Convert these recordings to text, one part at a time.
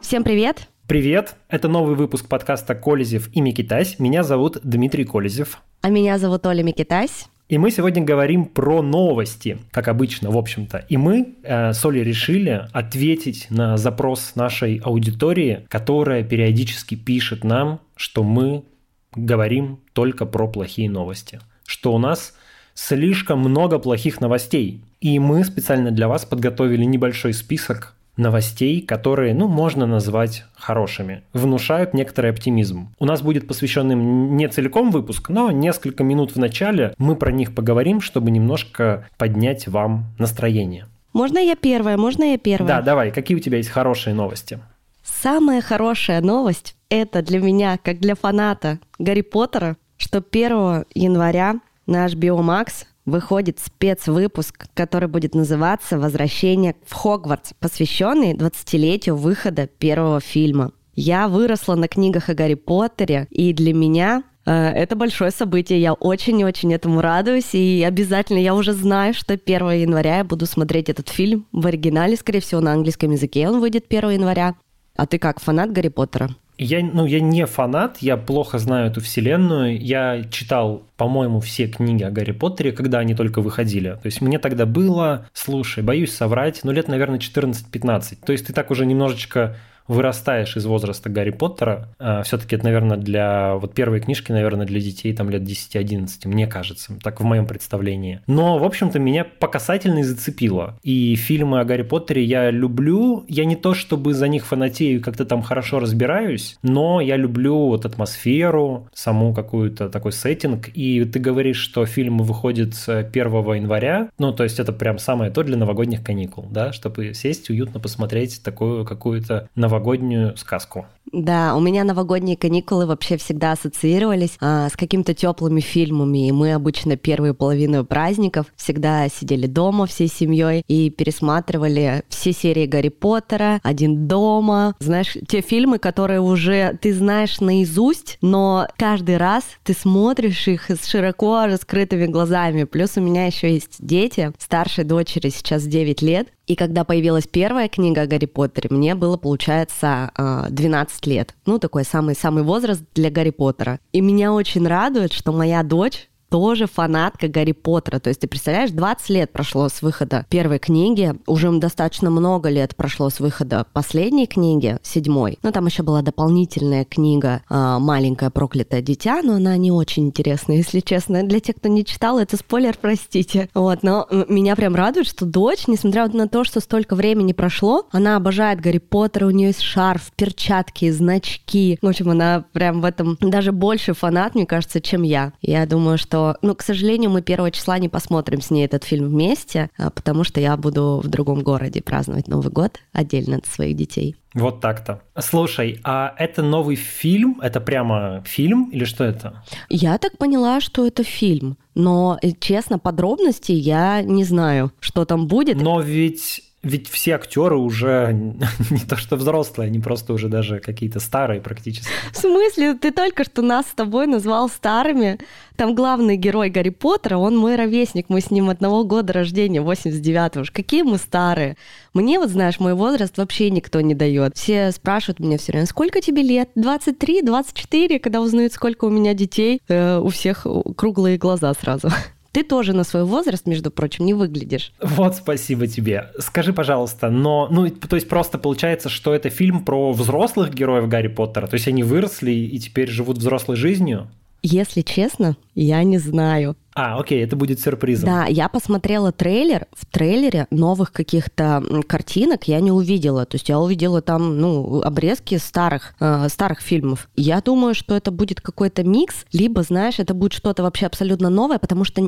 Всем привет! Привет! Это новый выпуск подкаста «Колезев и Микитась». Меня зовут Дмитрий Колезев. А меня зовут Оля Микитась. И мы сегодня говорим про новости, как обычно, в общем-то. И мы с Олей решили ответить на запрос нашей аудитории, которая периодически пишет нам, что мы говорим только про плохие новости, что у нас слишком много плохих новостей. И мы специально для вас подготовили небольшой список новостей, которые, можно назвать хорошими, внушают некоторый оптимизм. У нас будет посвящен им не целиком выпуск, но несколько минут в начале мы про них поговорим, чтобы немножко поднять вам настроение. Можно я первая? Да, давай. Какие у тебя есть хорошие новости? Самая хорошая новость – это для меня, как для фаната Гарри Поттера, что 1 января на HBO Max выходит спецвыпуск, который будет называться «Возвращение в Хогвартс», посвященный 20-летию выхода первого фильма. Я выросла на книгах о Гарри Поттере, и для меня это большое событие. Я очень-очень этому радуюсь, и обязательно я уже знаю, что 1 января я буду смотреть этот фильм в оригинале, скорее всего, на английском языке он выйдет 1 января. А ты как, фанат Гарри Поттера? Я не фанат, я плохо знаю эту вселенную. Я читал, по-моему, все книги о Гарри Поттере, когда они только выходили. То есть мне тогда было, боюсь соврать, лет, наверное, 14-15. То есть ты так уже немножечко вырастаешь из возраста Гарри Поттера. Все-таки это, наверное, для первой книжки, наверное, для детей там лет 10-11, мне кажется, так в моем представлении. Но, в общем-то, меня по касательной зацепило. И фильмы о Гарри Поттере я люблю. Я не то чтобы за них фанатею, как-то там хорошо разбираюсь, но я люблю атмосферу, саму какую-то такой сеттинг. И ты говоришь, что фильм выходит 1 января, то есть это прям самое то для новогодних каникул, да, чтобы сесть, уютно посмотреть такую какую-то новогоднюю сказку. Да, у меня новогодние каникулы вообще всегда ассоциировались с какими-то теплыми фильмами, и мы обычно первые половины праздников всегда сидели дома всей семьей и пересматривали все серии Гарри Поттера, «Один дома». Знаешь, те фильмы, которые уже ты знаешь наизусть, но каждый раз ты смотришь их с широко раскрытыми глазами. Плюс у меня еще есть дети, старшей дочери сейчас 9 лет, и когда появилась первая книга о Гарри Поттере, мне было, получается, 12 лет. Такой самый возраст для Гарри Поттера. И меня очень радует, что моя дочь тоже фанатка Гарри Поттера. То есть, ты представляешь, 20 лет прошло с выхода первой книги, уже достаточно много лет прошло с выхода последней книги, 7-й. Там еще была дополнительная книга «Маленькое проклятое дитя», но она не очень интересная, если честно. Для тех, кто не читал, это спойлер, простите. Но меня прям радует, что дочь, несмотря на то, что столько времени прошло, она обожает Гарри Поттера, у нее есть шарф, перчатки, значки. В общем, она прям в этом даже больше фанат, мне кажется, чем я. Я думаю, что к сожалению, мы 1 числа не посмотрим с ней этот фильм вместе, потому что я буду в другом городе праздновать Новый год отдельно от своих детей. Вот так-то. Слушай, а это новый фильм? Это прямо фильм или что это? Я так поняла, что это фильм, но, честно, подробностей я не знаю, что там будет. Но ведь все актеры уже не то что взрослые, они просто уже даже какие-то старые практически. В смысле? Ты только что нас с тобой назвал старыми. Там главный герой Гарри Поттера, он мой ровесник, мы с ним одного года рождения, 89-го. Какие мы старые. Мне, знаешь, мой возраст вообще никто не дает. Все спрашивают меня все время, сколько тебе лет? 23, 24? Когда узнают, сколько у меня детей, у всех круглые глаза сразу. Ты тоже на свой возраст, между прочим, не выглядишь. Вот, спасибо тебе. Скажи, пожалуйста, то есть просто получается, что это фильм про взрослых героев Гарри Поттера? То есть они выросли и теперь живут взрослой жизнью? Если честно, я не знаю. Окей, это будет сюрпризом. Да, я посмотрела трейлер. В трейлере новых каких-то картинок я не увидела. То есть я увидела там, обрезки старых фильмов. Я думаю, что это будет какой-то микс, либо, знаешь, это будет что-то вообще абсолютно новое, потому что,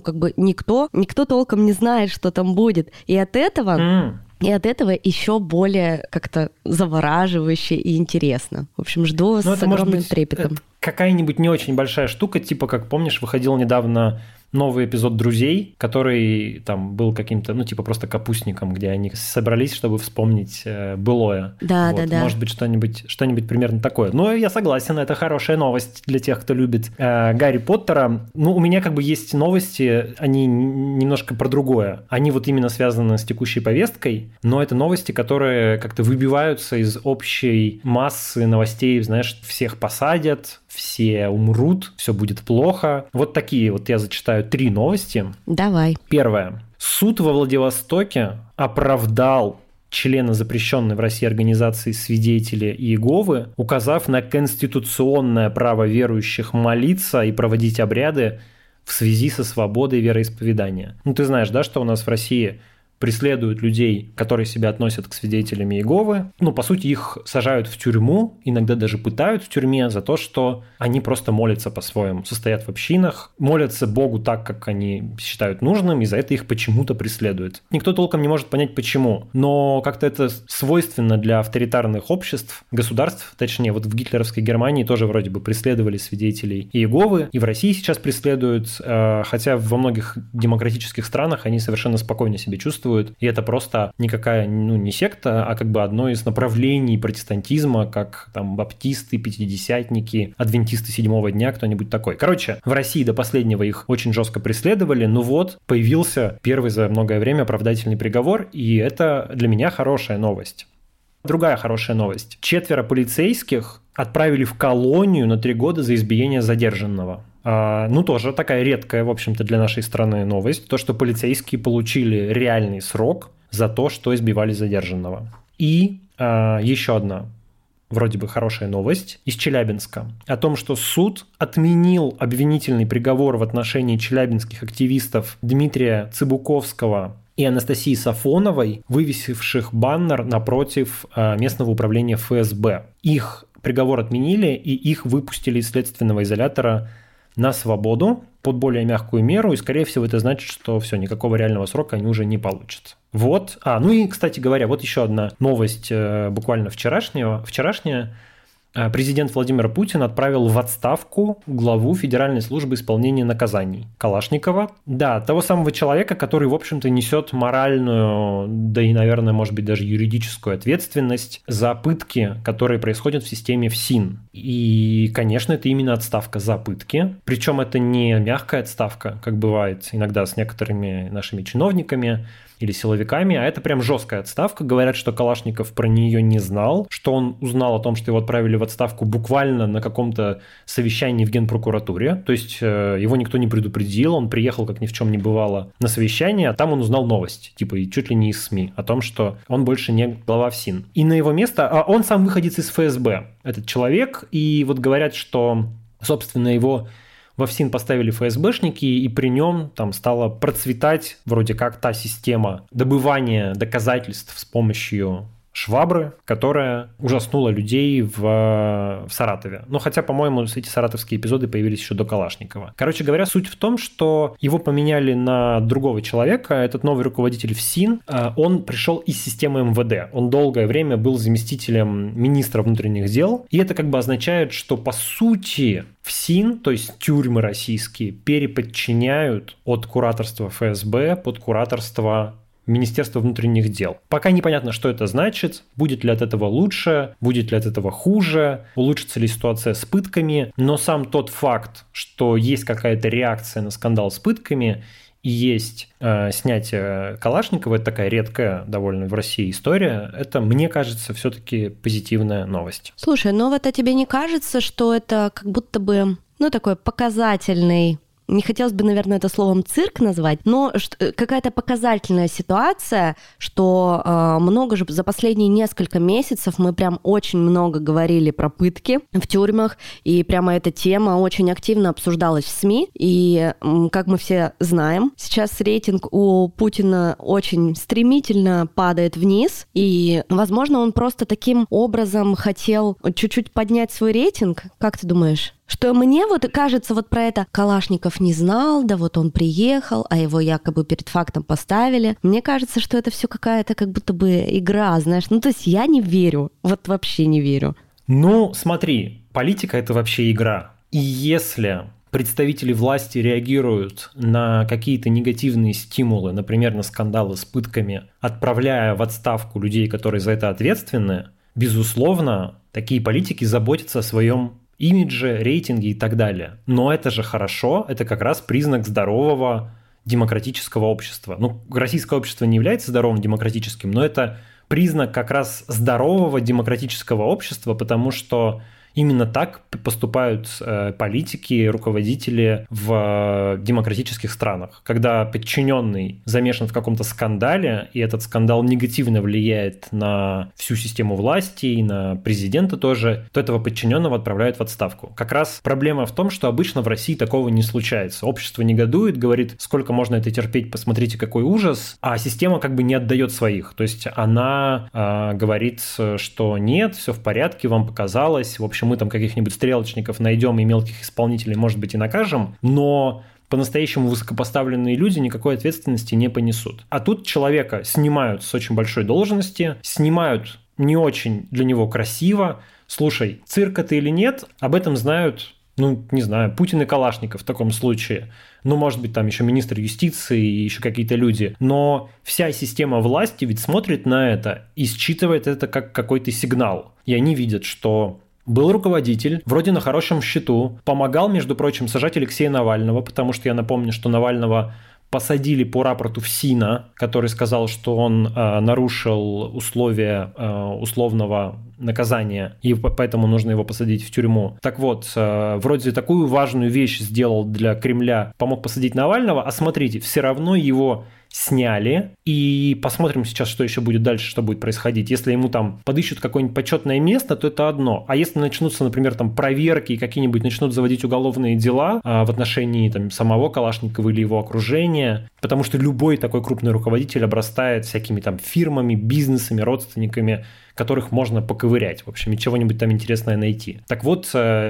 никто толком не знает, что там будет. И от этого еще более как-то завораживающе и интересно. В общем, жду с огромным трепетом. какая-нибудь не очень большая штука, типа, как помнишь, выходил недавно новый эпизод «Друзей», который там был каким-то, типа просто капустником, где они собрались, чтобы вспомнить былое. Да. Может быть, что-нибудь примерно такое. Но я согласен, это хорошая новость для тех, кто любит Гарри Поттера. У меня как бы есть новости, они немножко про другое. Они вот именно связаны с текущей повесткой, но это новости, которые как-то выбиваются из общей массы новостей, знаешь, всех посадят, все умрут, все будет плохо. Вот такие вот я зачитаю 3 новости. Давай. Первое. Суд во Владивостоке оправдал члена запрещенной в России организации «Свидетели Иеговы», указав на конституционное право верующих молиться и проводить обряды в связи со свободой вероисповедания. Ты знаешь, да, что у нас в России преследуют людей, которые себя относят к свидетелям Иеговы. По сути, их сажают в тюрьму, иногда даже пытают в тюрьме за то, что они просто молятся по-своему, состоят в общинах, молятся Богу так, как они считают нужным, и за это их почему-то преследуют. Никто толком не может понять, почему, но как-то это свойственно для авторитарных обществ, государств, точнее, вот в гитлеровской Германии тоже вроде бы преследовали свидетелей Иеговы, и в России сейчас преследуют, хотя во многих демократических странах они совершенно спокойно себя чувствуют, и это просто никакая, не секта, а как бы одно из направлений протестантизма, как там баптисты, пятидесятники, адвентисты седьмого дня, кто-нибудь такой. Короче, в России до последнего их очень жестко преследовали, появился первый за многое время оправдательный приговор, и это для меня хорошая новость. Другая хорошая новость. 4 полицейских отправили в колонию на 3 года за избиение задержанного. Тоже такая редкая, в общем-то, для нашей страны новость. То, что полицейские получили реальный срок за то, что избивали задержанного. И еще одна, вроде бы хорошая новость из Челябинска. О том, что суд отменил обвинительный приговор в отношении челябинских активистов Дмитрия Цыбуковского и Анастасии Сафоновой, вывесивших баннер напротив местного управления ФСБ. Их приговор отменили, и их выпустили из следственного изолятора на свободу под более мягкую меру, и, скорее всего, это значит, что все, никакого реального срока они уже не получат. Вот. И, кстати говоря, вот еще одна новость буквально вчерашняя. Президент Владимир Путин отправил в отставку главу Федеральной службы исполнения наказаний Калашникова. Да, того самого человека, который, в общем-то, несет моральную, да и, наверное, может быть, даже юридическую ответственность за пытки, которые происходят в системе ФСИН. И, конечно, это именно отставка за пытки. Причем это не мягкая отставка, как бывает иногда с некоторыми нашими чиновниками или силовиками, а это прям жесткая отставка. Говорят, что Калашников про нее не знал, что он узнал о том, что его отправили в отставку буквально на каком-то совещании в Генпрокуратуре. То есть его никто не предупредил, он приехал, как ни в чем не бывало, на совещание, а там он узнал новость, и чуть ли не из СМИ, о том, что он больше не глава ФСИН. И на его место, он сам выходец из ФСБ, этот человек, и вот говорят, что, собственно, его во ФСИН поставили ФСБшники, и при нем там стала процветать вроде как та система добывания доказательств с помощью швабры, которая ужаснула людей в Саратове. Хотя, по-моему, эти саратовские эпизоды появились еще до Калашникова. Короче говоря, суть в том, что его поменяли на другого человека. Этот новый руководитель ФСИН, он пришел из системы МВД. Он долгое время был заместителем министра внутренних дел. И это как бы означает, что по сути ФСИН, то есть тюрьмы российские, переподчиняют от кураторства ФСБ под кураторство Министерства внутренних дел. Пока непонятно, что это значит, будет ли от этого лучше, будет ли от этого хуже, улучшится ли ситуация с пытками, но сам тот факт, что есть какая-то реакция на скандал с пытками и есть снятие Калашникова, это такая редкая довольно в России история, это, мне кажется, все-таки позитивная новость. Слушай, а тебе не кажется, что это как будто бы, такой показательный, не хотелось бы, наверное, это словом цирк назвать, но какая-то показательная ситуация, что много же за последние несколько месяцев мы прям очень много говорили про пытки в тюрьмах, и прямо эта тема очень активно обсуждалась в СМИ, и, как мы все знаем, сейчас рейтинг у Путина очень стремительно падает вниз, и, возможно, он просто таким образом хотел чуть-чуть поднять свой рейтинг. Как ты думаешь? Что мне кажется про это Калашников не знал, да он приехал, а его якобы перед фактом поставили. Мне кажется, что это все какая-то как будто бы игра, знаешь. То есть я не верю, вообще не верю. Смотри, политика – это вообще игра. И если представители власти реагируют на какие-то негативные стимулы, например, на скандалы с пытками, отправляя в отставку людей, которые за это ответственны, безусловно, такие политики заботятся о своем имидже, рейтинге и так далее. Но это же хорошо, это как раз признак здорового демократического общества. Ну, российское общество не является здоровым демократическим, но это признак как раз здорового демократического общества, потому что именно так поступают политики, руководители в демократических странах. Когда подчиненный замешан в каком-то скандале, и этот скандал негативно влияет на всю систему власти и на президента тоже, то этого подчиненного отправляют в отставку. Как раз проблема в том, что обычно в России такого не случается. Общество негодует, говорит, сколько можно это терпеть, посмотрите, какой ужас, а система как бы не отдает своих. То есть она говорит, что нет, все в порядке, вам показалось, в общем, мы там каких-нибудь стрелочников найдем и мелких исполнителей, может быть, и накажем, но по-настоящему высокопоставленные люди никакой ответственности не понесут. А тут человека снимают с очень большой должности, снимают не очень для него красиво. Слушай, цирк это или нет, об этом знают, не знаю, Путин и Калашников в таком случае. Может быть, там еще министр юстиции и еще какие-то люди. Но вся система власти ведь смотрит на это и считывает это как какой-то сигнал. И они видят, что был руководитель, вроде на хорошем счету, помогал, между прочим, сажать Алексея Навального, потому что я напомню, что Навального посадили по рапорту ФСИНа, который сказал, что он нарушил условия условного наказания, и поэтому нужно его посадить в тюрьму. Так вот, вроде такую важную вещь сделал для Кремля, помог посадить Навального, а смотрите, все равно его сняли, и посмотрим сейчас, что еще будет дальше, что будет происходить. Если ему там подыщут какое-нибудь почетное место, то это одно. А если начнутся, например, там проверки и какие-нибудь начнут заводить уголовные дела в отношении там самого Калашникова или его окружения, потому что любой такой крупный руководитель обрастает всякими там фирмами, бизнесами, родственниками, которых можно поковырять, в общем, и чего-нибудь там интересное найти. Так вот,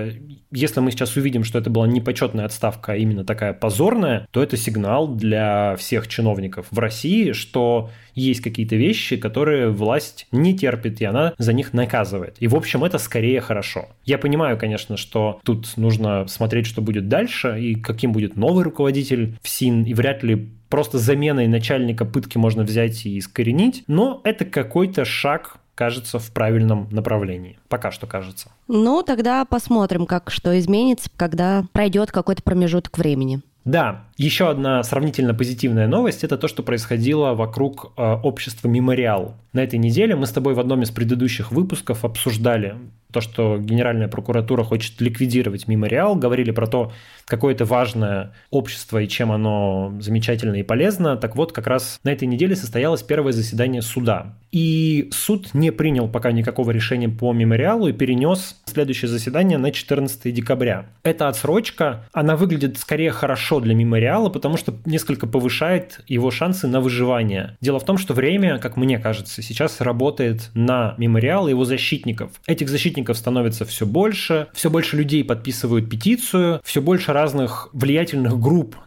если мы сейчас увидим, что это была не почетная отставка, а именно такая позорная, то это сигнал для всех чиновников в России, что есть какие-то вещи, которые власть не терпит, и она за них наказывает. И, в общем, это скорее хорошо. Я понимаю, конечно, что тут нужно смотреть, что будет дальше, и каким будет новый руководитель ФСИН, и вряд ли просто заменой начальника пытки можно взять и искоренить, но это какой-то шаг, кажется, в правильном направлении. Пока что кажется. Тогда посмотрим, как что изменится, когда пройдет какой-то промежуток времени. Да, еще одна сравнительно позитивная новость – это то, что происходило вокруг общества «Мемориал». На этой неделе мы с тобой в одном из предыдущих выпусков обсуждали то, что Генеральная прокуратура хочет ликвидировать «Мемориал», говорили про то, какое это важное общество и чем оно замечательно и полезно. Так вот, как раз на этой неделе состоялось первое заседание суда. И суд не принял пока никакого решения по «Мемориалу» и перенес следующее заседание на 14 декабря. Эта отсрочка, она выглядит скорее хорошо для «Мемориала», потому что несколько повышает его шансы на выживание. Дело в том, что время, как мне кажется, сейчас работает на «Мемориал» и его защитников. Этих защитников становится все больше людей подписывают петицию, все больше разных влиятельных групп,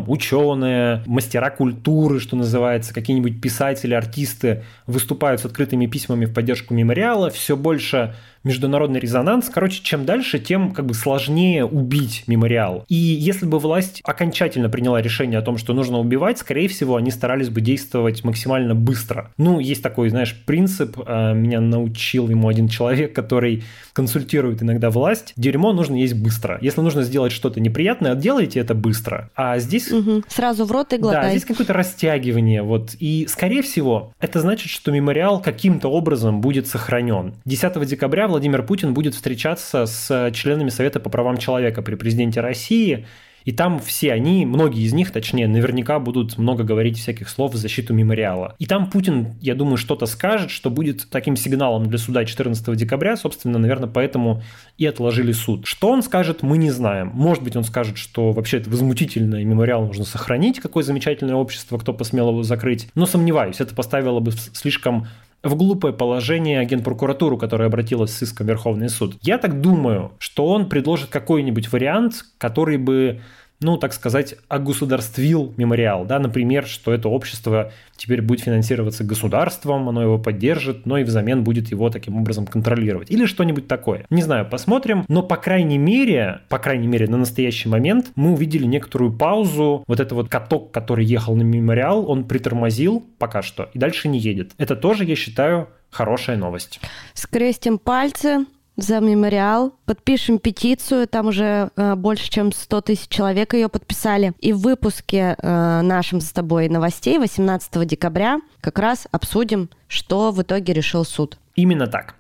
ученые, мастера культуры, что называется, какие-нибудь писатели, артисты выступают с открытыми письмами в поддержку «Мемориала», все больше международный резонанс. Короче, чем дальше, тем сложнее убить «Мемориал». И если бы власть окончательно приняла решение о том, что нужно убивать, скорее всего, они старались бы действовать максимально быстро. Есть такой, принцип, меня научил ему один человек, который консультирует иногда власть. Дерьмо нужно есть быстро. Если нужно сделать что-то неприятное, делайте это быстро. А здесь... Сразу в рот и глотай. Да, здесь какое-то растягивание. И, скорее всего, это значит, что «Мемориал» каким-то образом будет сохранен. 10 декабря Владимир Путин будет встречаться с членами Совета по правам человека при президенте России, и там все они, многие из них, точнее, наверняка будут много говорить всяких слов в защиту «Мемориала». И там Путин, я думаю, что-то скажет, что будет таким сигналом для суда 14 декабря, собственно, наверное, поэтому и отложили суд. Что он скажет, мы не знаем. Может быть, он скажет, что вообще это возмутительно, и «Мемориал» нужно сохранить, какое замечательное общество, кто посмел его закрыть. Но сомневаюсь, это поставило бы слишком в глупое положение Генпрокуратуру, которая обратилась с иском в Верховный суд. Я так думаю, что он предложит какой-нибудь вариант, который бы ну, так сказать, огосударствил мемориал, да, например, что это общество теперь будет финансироваться государством, оно его поддержит, но и взамен будет его таким образом контролировать. Или что-нибудь такое. Не знаю, посмотрим, но по крайней мере, на настоящий момент мы увидели некоторую паузу. Вот этот вот каток, который ехал на мемориал, он притормозил пока что и дальше не едет. Это тоже, я считаю, хорошая новость. Скрестим пальцы за мемориал, подпишем петицию, там уже больше, чем 100 тысяч человек ее подписали. И в выпуске нашем с тобой новостей 18 декабря как раз обсудим, что в итоге решил суд. Именно так.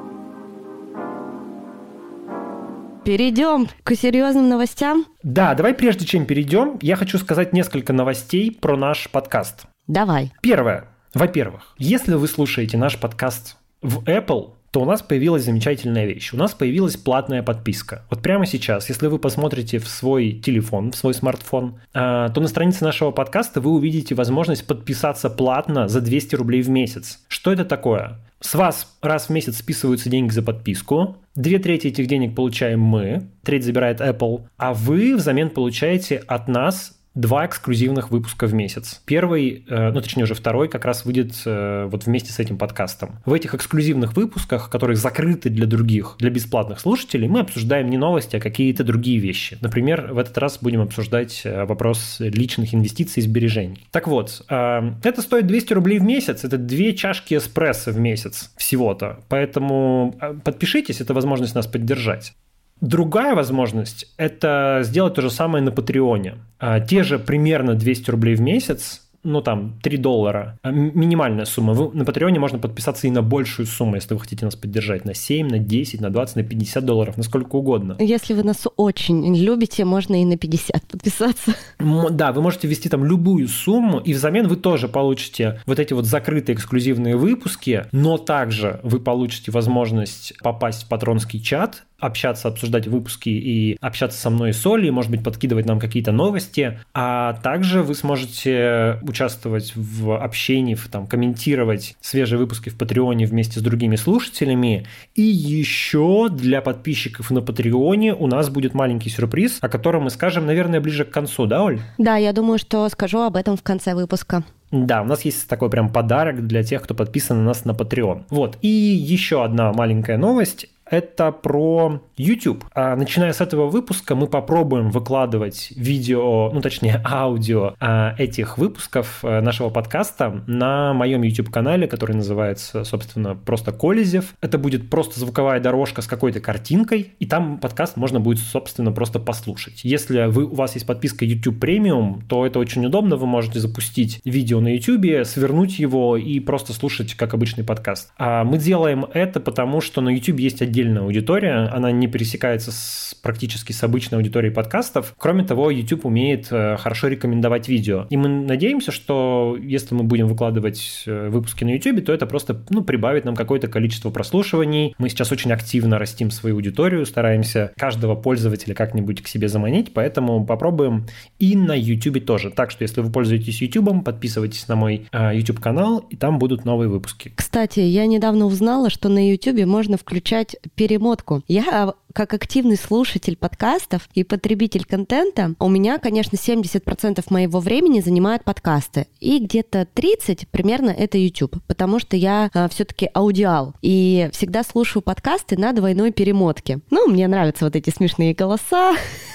Перейдем к серьезным новостям. Да, давай прежде чем перейдем, я хочу сказать несколько новостей про наш подкаст. Давай. Первое. Во-первых, если вы слушаете наш подкаст в Apple, то у нас появилась замечательная вещь. У нас появилась платная подписка. Вот прямо сейчас, если вы посмотрите в свой телефон, в свой смартфон, то на странице нашего подкаста вы увидите возможность подписаться платно за 200 рублей в месяц. Что это такое? С вас раз в месяц списываются деньги за подписку, 2/3 этих денег получаем мы, треть забирает Apple, а вы взамен получаете от нас 2 эксклюзивных выпуска в месяц. Первый, точнее уже второй, как раз выйдет вот вместе с этим подкастом. В этих эксклюзивных выпусках, которые закрыты для других, для бесплатных слушателей, мы обсуждаем не новости, а какие-то другие вещи. Например, в этот раз будем обсуждать вопрос личных инвестиций и сбережений. Так вот, это стоит 200 рублей в месяц, это 2 чашки эспрессо в месяц всего-то. Поэтому подпишитесь, это возможность нас поддержать. Другая возможность – это сделать то же самое на Патреоне. Те же примерно 200 рублей в месяц, ну там $3, минимальная сумма. На Патреоне можно подписаться и на большую сумму, если вы хотите нас поддержать, на 7, на 10, на 20, на $50, на сколько угодно. Если вы нас очень любите, можно и на 50 подписаться. Да, вы можете ввести там любую сумму, и взамен вы тоже получите вот эти вот закрытые эксклюзивные выпуски, но также вы получите возможность попасть в патронский чат, общаться, обсуждать выпуски и общаться со мной и с Олей, может быть, подкидывать нам какие-то новости, а также вы сможете участвовать в общении, там, комментировать свежие выпуски в Патреоне вместе с другими слушателями. И еще для подписчиков на Патреоне у нас будет маленький сюрприз, о котором мы скажем, наверное, ближе к концу, да, Оль? Да, я думаю, что скажу об этом в конце выпуска. Да, у нас есть такой прям подарок для тех, кто подписан на нас на Patreon. Вот, и еще одна маленькая новость. Это про YouTube. Начиная с этого выпуска мы попробуем выкладывать видео, точнее аудио этих выпусков нашего подкаста на моем YouTube-канале, который называется, собственно, просто Колезев. Это будет просто звуковая дорожка с какой-то картинкой, и там подкаст можно будет, собственно, просто послушать. Если у вас есть подписка YouTube Premium, то это очень удобно. Вы можете запустить видео на YouTube, свернуть его и просто слушать как обычный подкаст. Мы делаем это потому, что на YouTube есть отдельная аудитория, она не пересекается практически с обычной аудиторией подкастов. Кроме того, YouTube умеет хорошо рекомендовать видео. И мы надеемся, что если мы будем выкладывать выпуски на YouTube, то это просто прибавит нам какое-то количество прослушиваний. Мы сейчас очень активно растим свою аудиторию, стараемся каждого пользователя как-нибудь к себе заманить, поэтому попробуем и на YouTube тоже. Так что, если вы пользуетесь YouTube, подписывайтесь на мой YouTube-канал, и там будут новые выпуски. Кстати, я недавно узнала, что на YouTube можно включать перемотку. Я, как активный слушатель подкастов и потребитель контента, у меня, конечно, 70% моего времени занимают подкасты, и где-то 30% примерно это YouTube, потому что я все-таки аудиал, и всегда слушаю подкасты на двойной перемотке. Мне нравятся вот эти смешные голоса.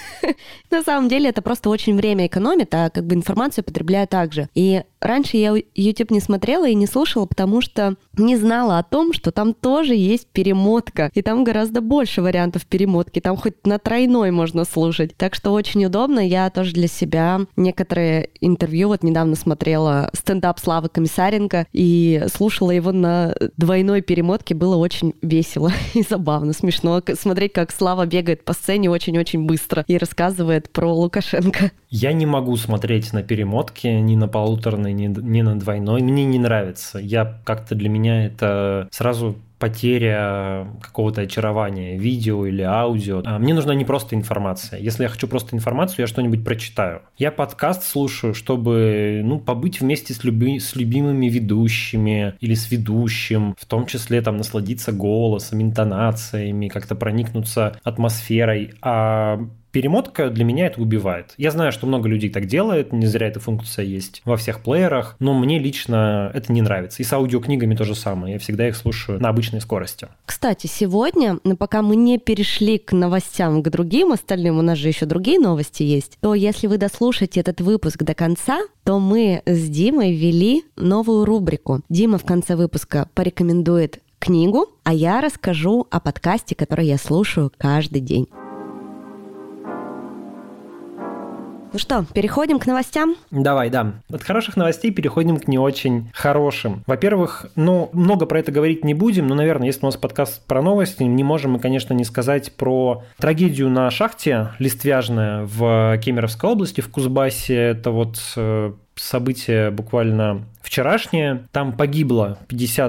На самом деле это просто очень время экономит, а информацию потребляю также. И раньше я YouTube не смотрела и не слушала, потому что не знала о том, что там тоже есть перемотка. И там гораздо больше вариантов перемотки. Там хоть на тройной можно слушать. Так что очень удобно. Я тоже для себя некоторые интервью недавно смотрела стендап Славы Комиссаренко и слушала его на двойной перемотке. Было очень весело и забавно, смешно смотреть, как Слава бегает по сцене очень-очень быстро и рассказывает про Лукашенко. Я не могу смотреть на перемотки ни на полуторной, ни на двойной. Мне не нравится. Для меня это сразу потеря какого-то очарования, видео или аудио. Мне нужна не просто информация. Если я хочу просто информацию, я что-нибудь прочитаю. Я подкаст слушаю, чтобы побыть вместе с любимыми ведущими или с ведущим, в том числе насладиться голосом, интонациями, как-то проникнуться атмосферой. А перемотка для меня это убивает. Я знаю, что много людей так делает, не зря эта функция есть во всех плеерах, но мне лично это не нравится. И с аудиокнигами то же самое. Я всегда их слушаю на обычной скорости. Кстати, сегодня, пока мы не перешли к новостям, к другим остальным, у нас же еще другие новости есть, то если вы дослушаете этот выпуск до конца, то мы с Димой ввели новую рубрику. Дима в конце выпуска порекомендует книгу, а я расскажу о подкасте, который я слушаю каждый день. Ну что, переходим к новостям? Давай, да. От хороших новостей переходим к не очень хорошим. Во-первых, много про это говорить не будем, но, наверное, если у нас подкаст про новости, не можем мы, конечно, не сказать про трагедию на шахте Листвяжная в Кемеровской области, в Кузбассе. Это вот событие буквально вчерашнее. Там погибло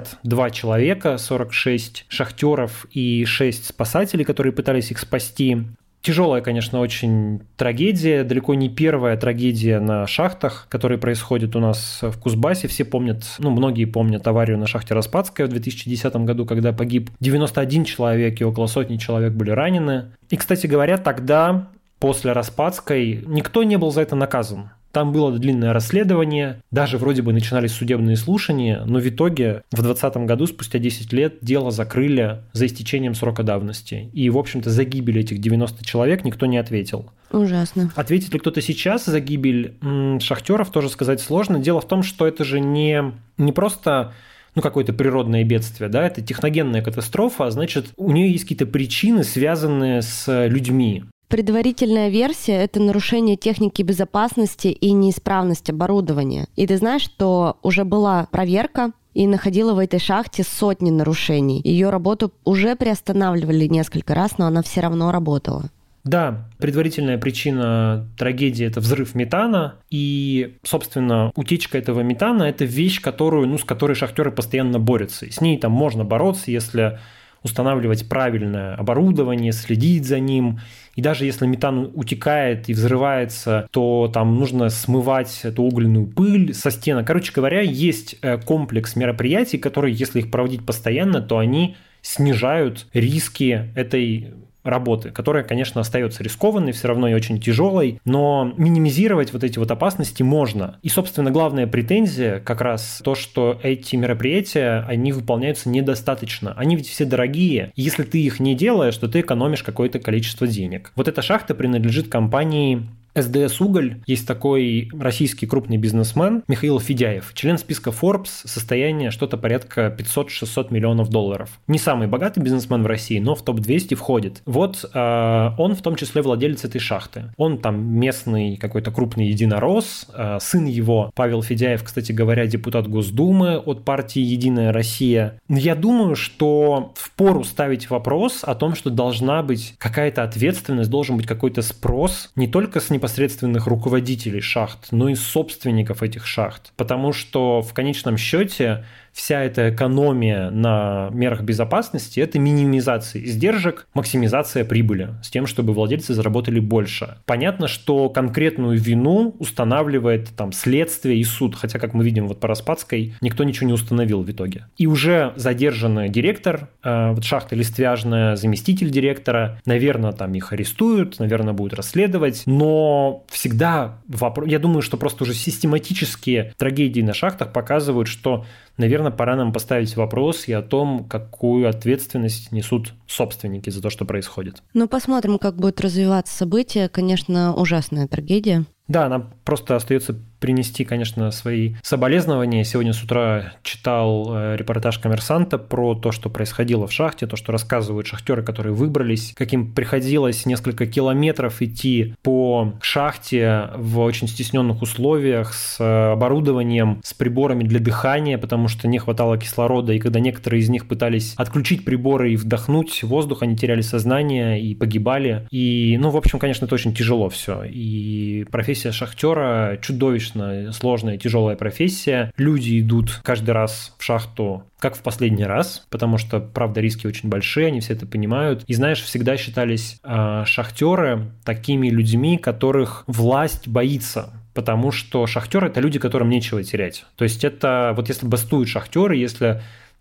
52 человека, 46 шахтеров и 6 спасателей, которые пытались их спасти. Тяжелая, конечно, очень трагедия, далеко не первая трагедия на шахтах, которая происходит у нас в Кузбассе. Все помнят, многие помнят аварию на шахте Распадская в 2010 году, когда погиб 91 человек и около сотни человек были ранены. И, кстати говоря, тогда, после Распадской, никто не был за это наказан. Там было длинное расследование, даже вроде бы начинались судебные слушания, но в итоге в 2020 году, спустя 10 лет, дело закрыли за истечением срока давности. И, в общем-то, за гибель этих 90 человек никто не ответил. Ужасно. Ответит ли кто-то сейчас за гибель шахтеров, тоже сказать сложно. Дело в том, что это же не просто какое-то природное бедствие, да, это техногенная катастрофа, а значит, у нее есть какие-то причины, связанные с людьми. Предварительная версия – это нарушение техники безопасности и неисправность оборудования. И ты знаешь, что уже была проверка, и находила в этой шахте сотни нарушений. Ее работу уже приостанавливали несколько раз, но она все равно работала. Да, предварительная причина трагедии – это взрыв метана, и, собственно, утечка этого метана – это вещь, с которой шахтеры постоянно борются. И с ней там можно бороться, если устанавливать правильное оборудование, следить за ним. И даже если метан утекает и взрывается, то там нужно смывать эту угольную пыль со стен. Короче говоря, есть комплекс мероприятий, которые, если их проводить постоянно, то они снижают риски этой работы, которая, конечно, остается рискованной, все равно и очень тяжелой, но минимизировать вот эти вот опасности можно. И, собственно, главная претензия как раз то, что эти мероприятия, они выполняются недостаточно. Они ведь все дорогие. И если ты их не делаешь, то ты экономишь какое-то количество денег. Вот эта шахта принадлежит компании СДС «Уголь». Есть такой российский крупный бизнесмен Михаил Федяев, член списка Forbes, состояние что-то порядка 500-600 миллионов долларов. Не самый богатый бизнесмен в России, но в топ-200 входит. Вот он в том числе владелец этой шахты. Он там местный какой-то крупный единорос. Сын его, Павел Федяев, кстати говоря, депутат Госдумы от партии «Единая Россия». Я думаю, что впору ставить вопрос о том, что должна быть какая-то ответственность, должен быть какой-то спрос не только с непосредственных руководителей шахт, но и собственников этих шахт. Потому что в конечном счете вся эта экономия на мерах безопасности – это минимизация издержек, максимизация прибыли, с тем, чтобы владельцы заработали больше. Понятно, что конкретную вину устанавливает там следствие и суд, хотя, как мы видим вот по Распадской, никто ничего не установил в итоге. И уже задержанный директор, вот шахта Листвяжная, заместитель директора, наверное, там их арестуют, наверное, будут расследовать, но всегда вопрос, я думаю, что просто уже систематические трагедии на шахтах показывают, что, наверное, пора нам поставить вопрос и о том, какую ответственность несут собственники за то, что происходит. Ну, посмотрим, как будет развиваться событие. Конечно, ужасная трагедия. Да, нам просто остается принести, конечно, свои соболезнования. Сегодня с утра читал репортаж «Коммерсанта» про то, что происходило в шахте, то, что рассказывают шахтеры, которые выбрались, каким приходилось несколько километров идти по шахте в очень стесненных условиях с оборудованием, с приборами для дыхания, потому что не хватало кислорода, и когда некоторые из них пытались отключить приборы и вдохнуть воздух, они теряли сознание и погибали. И, в общем, конечно, это очень тяжело все. И профессия шахтера чудовищно сложная, тяжелая профессия. Люди идут каждый раз в шахту как в последний раз, потому что, правда, риски очень большие, они все это понимают. И, знаешь, всегда считались шахтеры такими людьми, которых власть боится. Потому что шахтеры – это люди, которым нечего терять. То есть это вот если бастуют шахтеры, если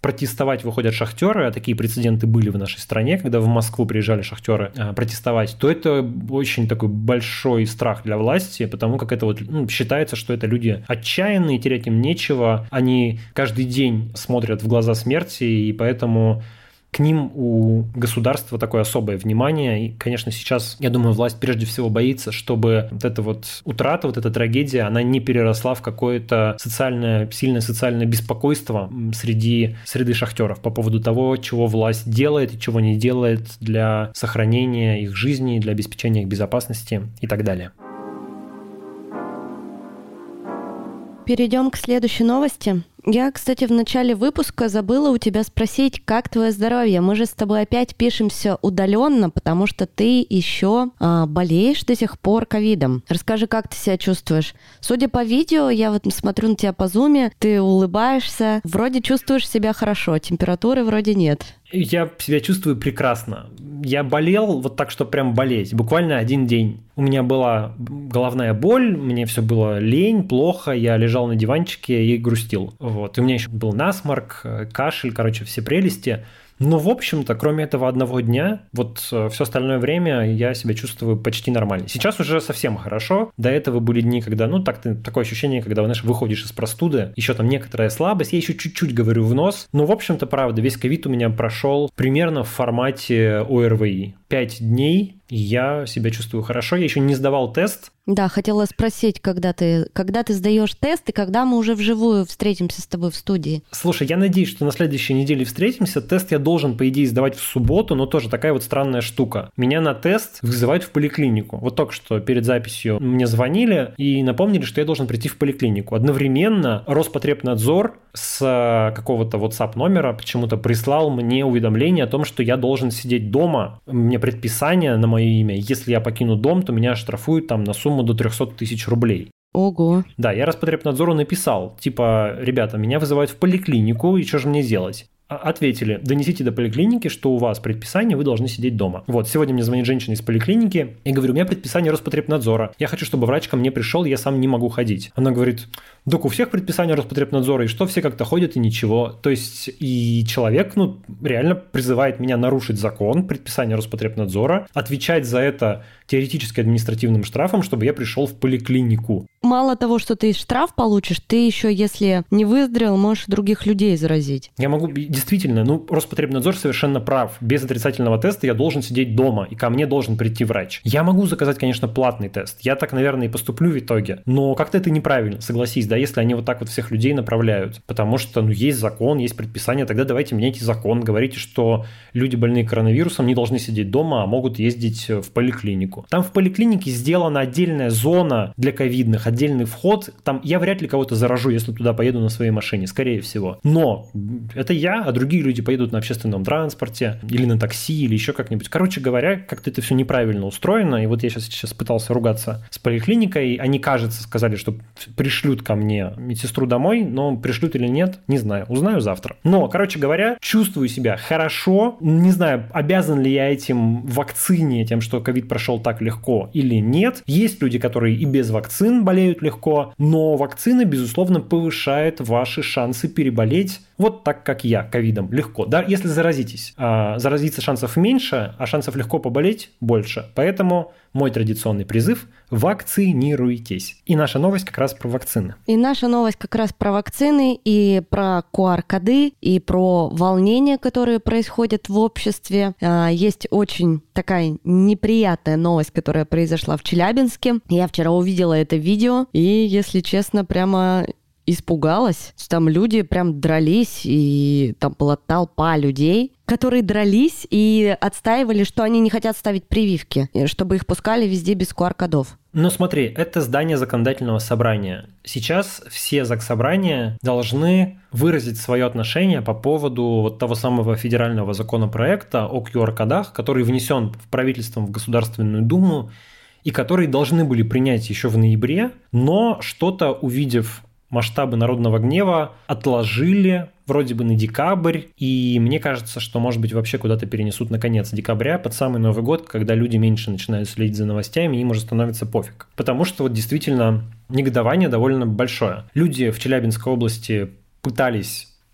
протестовать выходят шахтеры, а такие прецеденты были в нашей стране, когда в Москву приезжали шахтеры протестовать, то это очень такой большой страх для власти, потому как это считается, что это люди отчаянные, терять им нечего, они каждый день смотрят в глаза смерти, и поэтому к ним у государства такое особое внимание. И, конечно, сейчас, я думаю, власть прежде всего боится, чтобы вот эта вот утрата, вот эта трагедия, она не переросла в какое-то сильное социальное беспокойство среди среды шахтеров по поводу того, чего власть делает и чего не делает для сохранения их жизни, для обеспечения их безопасности и так далее. Перейдем к следующей новости. Я, кстати, в начале выпуска забыла у тебя спросить, как твое здоровье. Мы же с тобой опять пишемся удаленно, потому что ты еще болеешь до сих пор ковидом. Расскажи, как ты себя чувствуешь? Судя по видео, я вот смотрю на тебя по зуме, ты улыбаешься, вроде чувствуешь себя хорошо, температуры вроде нет. Я себя чувствую прекрасно. Я болел вот так, что прям болеть. Буквально один день. У меня была головная боль, мне все было лень, плохо, я лежал на диванчике и грустил. Вот. И у меня еще был насморк, кашель, все прелести. Но, в общем-то, кроме этого одного дня, вот все остальное время я себя чувствую почти нормально. Сейчас уже совсем хорошо. До этого были дни, когда, такое ощущение, когда, выходишь из простуды, еще там некоторая слабость, я еще чуть-чуть говорю в нос. Но, в общем-то, правда, весь ковид у меня прошел примерно в формате ОРВИ. 5 дней, и я себя чувствую хорошо. Я еще не сдавал тест. Да, хотела спросить, когда ты сдаешь тест, и когда мы уже вживую встретимся с тобой в студии? Слушай, я надеюсь, что на следующей неделе встретимся. Тест я должен, по идее, сдавать в субботу, но тоже такая вот странная штука. Меня на тест вызывают в поликлинику. Вот только что перед записью мне звонили и напомнили, что я должен прийти в поликлинику. Одновременно Роспотребнадзор с какого-то WhatsApp номера почему-то прислал мне уведомление о том, что я должен сидеть дома. У меня предписание на мое имя. Если я покину дом, то меня оштрафуют там на сумму до 300 тысяч рублей. Ого. Да, я Роспотребнадзору написал, ребята, меня вызывают в поликлинику, и что же мне делать? Ответили, донесите до поликлиники, что у вас предписание, вы должны сидеть дома. Вот, сегодня мне звонит женщина из поликлиники и говорю, у меня предписание Роспотребнадзора. Я хочу, чтобы врач ко мне пришел, я сам не могу ходить. Она говорит, док, у всех предписание Роспотребнадзора, и что, все как-то ходят и ничего. То есть, и человек, реально призывает меня нарушить закон, предписание Роспотребнадзора, отвечать за это теоретически административным штрафом, чтобы я пришел в поликлинику. Мало того, что ты штраф получишь, ты еще, если не выздоровел, можешь других людей заразить. Я могу, действительно, Роспотребнадзор совершенно прав. Без отрицательного теста я должен сидеть дома, и ко мне должен прийти врач. Я могу заказать, конечно, платный тест. Я так, наверное, и поступлю в итоге. Но как-то это неправильно, согласись, да, если они вот так вот всех людей направляют. Потому что, есть закон, есть предписание, тогда давайте меняйте закон. Говорите, что люди, больные коронавирусом, не должны сидеть дома, а могут ездить в поликлинику. Там в поликлинике сделана отдельная зона для ковидных, отдельный вход. Там я вряд ли кого-то заражу, если туда поеду на своей машине, скорее всего. Но это я, а другие люди поедут на общественном транспорте или на такси, или еще как-нибудь. Короче говоря, как-то это все неправильно устроено. И вот я сейчас пытался ругаться с поликлиникой. Они, кажется, сказали, что пришлют ко мне медсестру домой, но пришлют или нет, не знаю. Узнаю завтра. Но, короче говоря, чувствую себя хорошо. Не знаю, обязан ли я этим вакцине, тем, что ковид прошел так легко или нет. Есть люди, которые и без вакцин болеют легко, но вакцина, безусловно, повышает ваши шансы переболеть вот так, как я, ковидом, легко. Да, если заразитесь. Заразиться шансов меньше, а шансов легко поболеть больше. Поэтому мой традиционный призыв – вакцинируйтесь. И наша новость как раз про вакцины. И наша новость как раз про вакцины, и про QR-коды, и про волнения, которые происходят в обществе. Есть очень такая неприятная новость, которая произошла в Челябинске. Я вчера увидела это видео, и, если честно, прямо испугалась. Там люди прям дрались, и там была толпа людей, которые дрались и отстаивали, что они не хотят ставить прививки, чтобы их пускали везде без QR-кодов. Но смотри, это здание законодательного собрания. Сейчас все заксобрания должны выразить свое отношение по поводу вот того самого федерального законопроекта о QR-кодах, который внесен правительством в Государственную Думу и который должны были принять еще в ноябре, но что-то, увидев масштабы народного гнева, отложили вроде бы на декабрь, и мне кажется, что, может быть, вообще куда-то перенесут на конец декабря, под самый Новый год, когда люди меньше начинают следить за новостями, им уже становится пофиг. Потому что вот действительно негодование довольно большое. Люди в Челябинской области пытались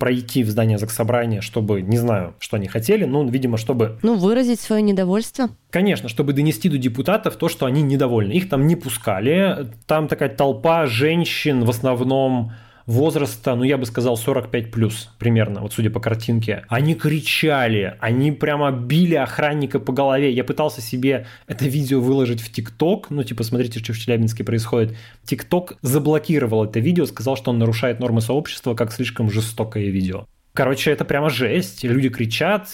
пройти в здание Заксобрания, чтобы, не знаю, что они хотели, но, видимо, чтобы... выразить свое недовольство. Конечно, чтобы донести до депутатов то, что они недовольны. Их там не пускали. Там такая толпа женщин, в основном возраста, я бы сказал, 45+, примерно, вот судя по картинке. Они кричали, они прямо били охранника по голове. Я пытался себе это видео выложить в ТикТок, смотрите, что в Челябинске происходит. ТикТок заблокировал это видео, сказал, что он нарушает нормы сообщества, как слишком жестокое видео. Короче, это прямо жесть. Люди кричат,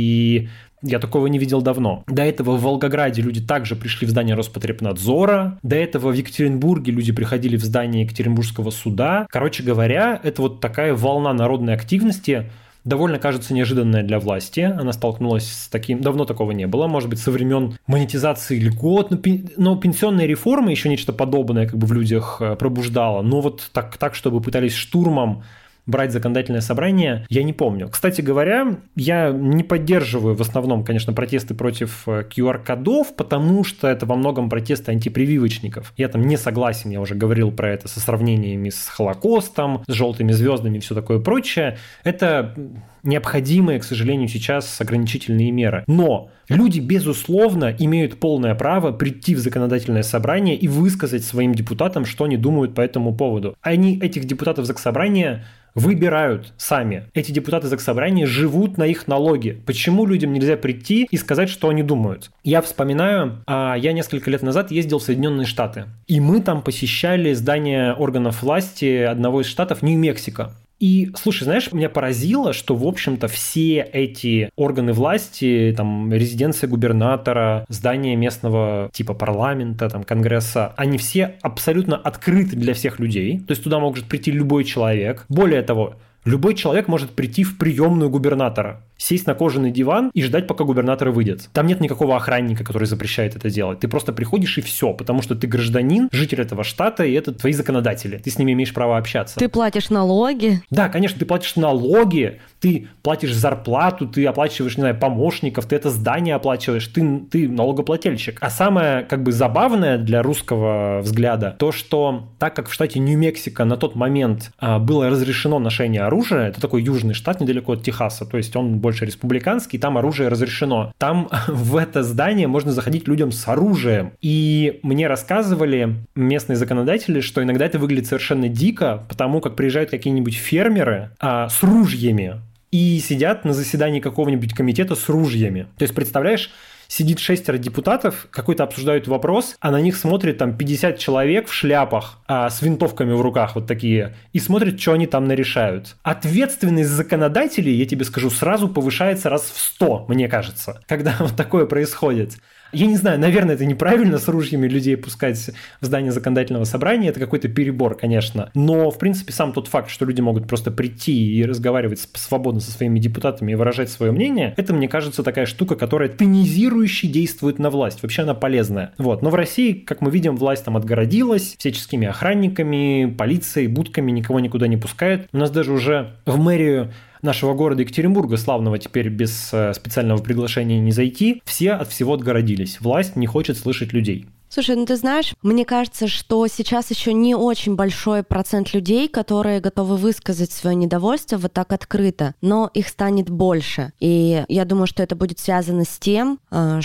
и я такого не видел давно. До этого в Волгограде люди также пришли в здание Роспотребнадзора. До этого в Екатеринбурге люди приходили в здание Екатеринбургского суда. Короче говоря, это вот такая волна народной активности, довольно, кажется, неожиданная для власти. Она столкнулась с таким... Давно такого не было. Может быть, со времен монетизации льгот. Но пенсионная реформа, еще нечто подобное в людях пробуждала. Но вот так, чтобы пытались штурмом брать законодательное собрание, я не помню. Кстати говоря, я не поддерживаю в основном, конечно, протесты против QR-кодов, потому что это во многом протесты антипрививочников. Я там не согласен, я уже говорил про это со сравнениями с Холокостом, с желтыми звездами и все такое прочее. Это необходимые, к сожалению, сейчас ограничительные меры. Но люди, безусловно, имеют полное право прийти в законодательное собрание и высказать своим депутатам, что они думают по этому поводу. Они этих депутатов Заксобрания выбирают сами. Эти депутаты Заксобрания живут на их налоги. Почему людям нельзя прийти и сказать, что они думают? Я вспоминаю, я несколько лет назад ездил в Соединенные Штаты. И мы там посещали здание органов власти одного из штатов Нью-Мексико. И, слушай, знаешь, меня поразило, что, в общем-то, все эти органы власти, там, резиденция губернатора, здание местного типа парламента, там, конгресса, они все абсолютно открыты для всех людей. То есть туда может прийти любой человек. Более того, любой человек может прийти в приемную губернатора, сесть на кожаный диван и ждать, пока губернатор выйдет. Там нет никакого охранника, который запрещает это делать. Ты просто приходишь и все, потому что ты гражданин, житель этого штата, и это твои законодатели. Ты с ними имеешь право общаться. Ты платишь налоги. Да, конечно, ты платишь налоги, ты платишь зарплату, ты оплачиваешь, не знаю, помощников, ты это здание оплачиваешь, ты налогоплательщик. А самое, забавное для русского взгляда, то, что так как в штате Нью-Мексико на тот момент было разрешено ношение оружия, это такой южный штат недалеко от Техаса, то есть он больше республиканский, там оружие разрешено. Там в это здание можно заходить людям с оружием. И мне рассказывали местные законодатели, что иногда это выглядит совершенно дико, потому как приезжают какие-нибудь фермеры с ружьями и сидят на заседании какого-нибудь комитета с ружьями. То есть, представляешь, сидит 6 депутатов, какой-то обсуждают вопрос, а на них смотрит там 50 человек в шляпах с винтовками в руках вот такие, и смотрят, что они там нарешают. Ответственность законодателей, я тебе скажу, сразу повышается раз в 100, мне кажется, когда вот такое происходит. Я не знаю, наверное, это неправильно с ружьями людей пускать в здание законодательного собрания, это какой-то перебор, конечно, но, в принципе, сам тот факт, что люди могут просто прийти и разговаривать свободно со своими депутатами и выражать свое мнение, это, мне кажется, такая штука, которая тонизирующе действует на власть, вообще она полезная. Вот. Но в России, как мы видим, власть там отгородилась всяческими охранниками, полицией, будками, никого никуда не пускает. У нас даже уже в мэрию нашего города Екатеринбурга, славного, теперь без специального приглашения не зайти, все от всего отгородились. Власть не хочет слышать людей. Слушай, ты знаешь, мне кажется, что сейчас еще не очень большой процент людей, которые готовы высказать свое недовольство вот так открыто, но их станет больше. И я думаю, что это будет связано с тем,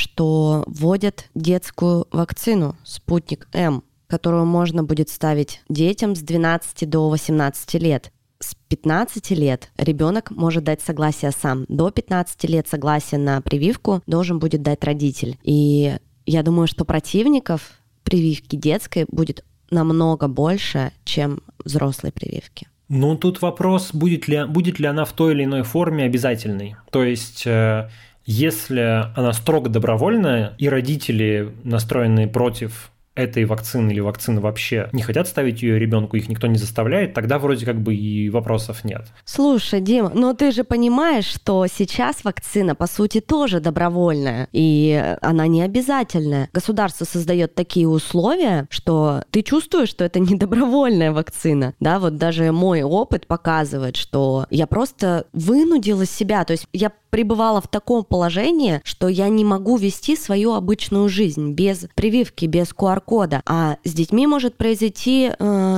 что вводят детскую вакцину «Спутник М», которую можно будет ставить детям с 12 до 18 лет. С 15 лет ребенок может дать согласие сам. До 15 лет согласие на прививку должен будет дать родитель. И я думаю, что противников прививки детской будет намного больше, чем взрослой прививки. Ну, тут вопрос, будет ли она в той или иной форме обязательной. То есть, если она строго добровольная, и родители, настроенные против этой вакцины или вакцины вообще не хотят ставить ее ребенку, их никто не заставляет, тогда вроде и вопросов нет. Слушай, Дима, но ты же понимаешь, что сейчас вакцина, по сути, тоже добровольная, и она не обязательная. Государство создает такие условия, что ты чувствуешь, что это не добровольная вакцина. Да, вот даже мой опыт показывает, что я просто вынудила себя, то есть я пребывала в таком положении, что я не могу вести свою обычную жизнь без прививки, без QR-кода. А с детьми может произойти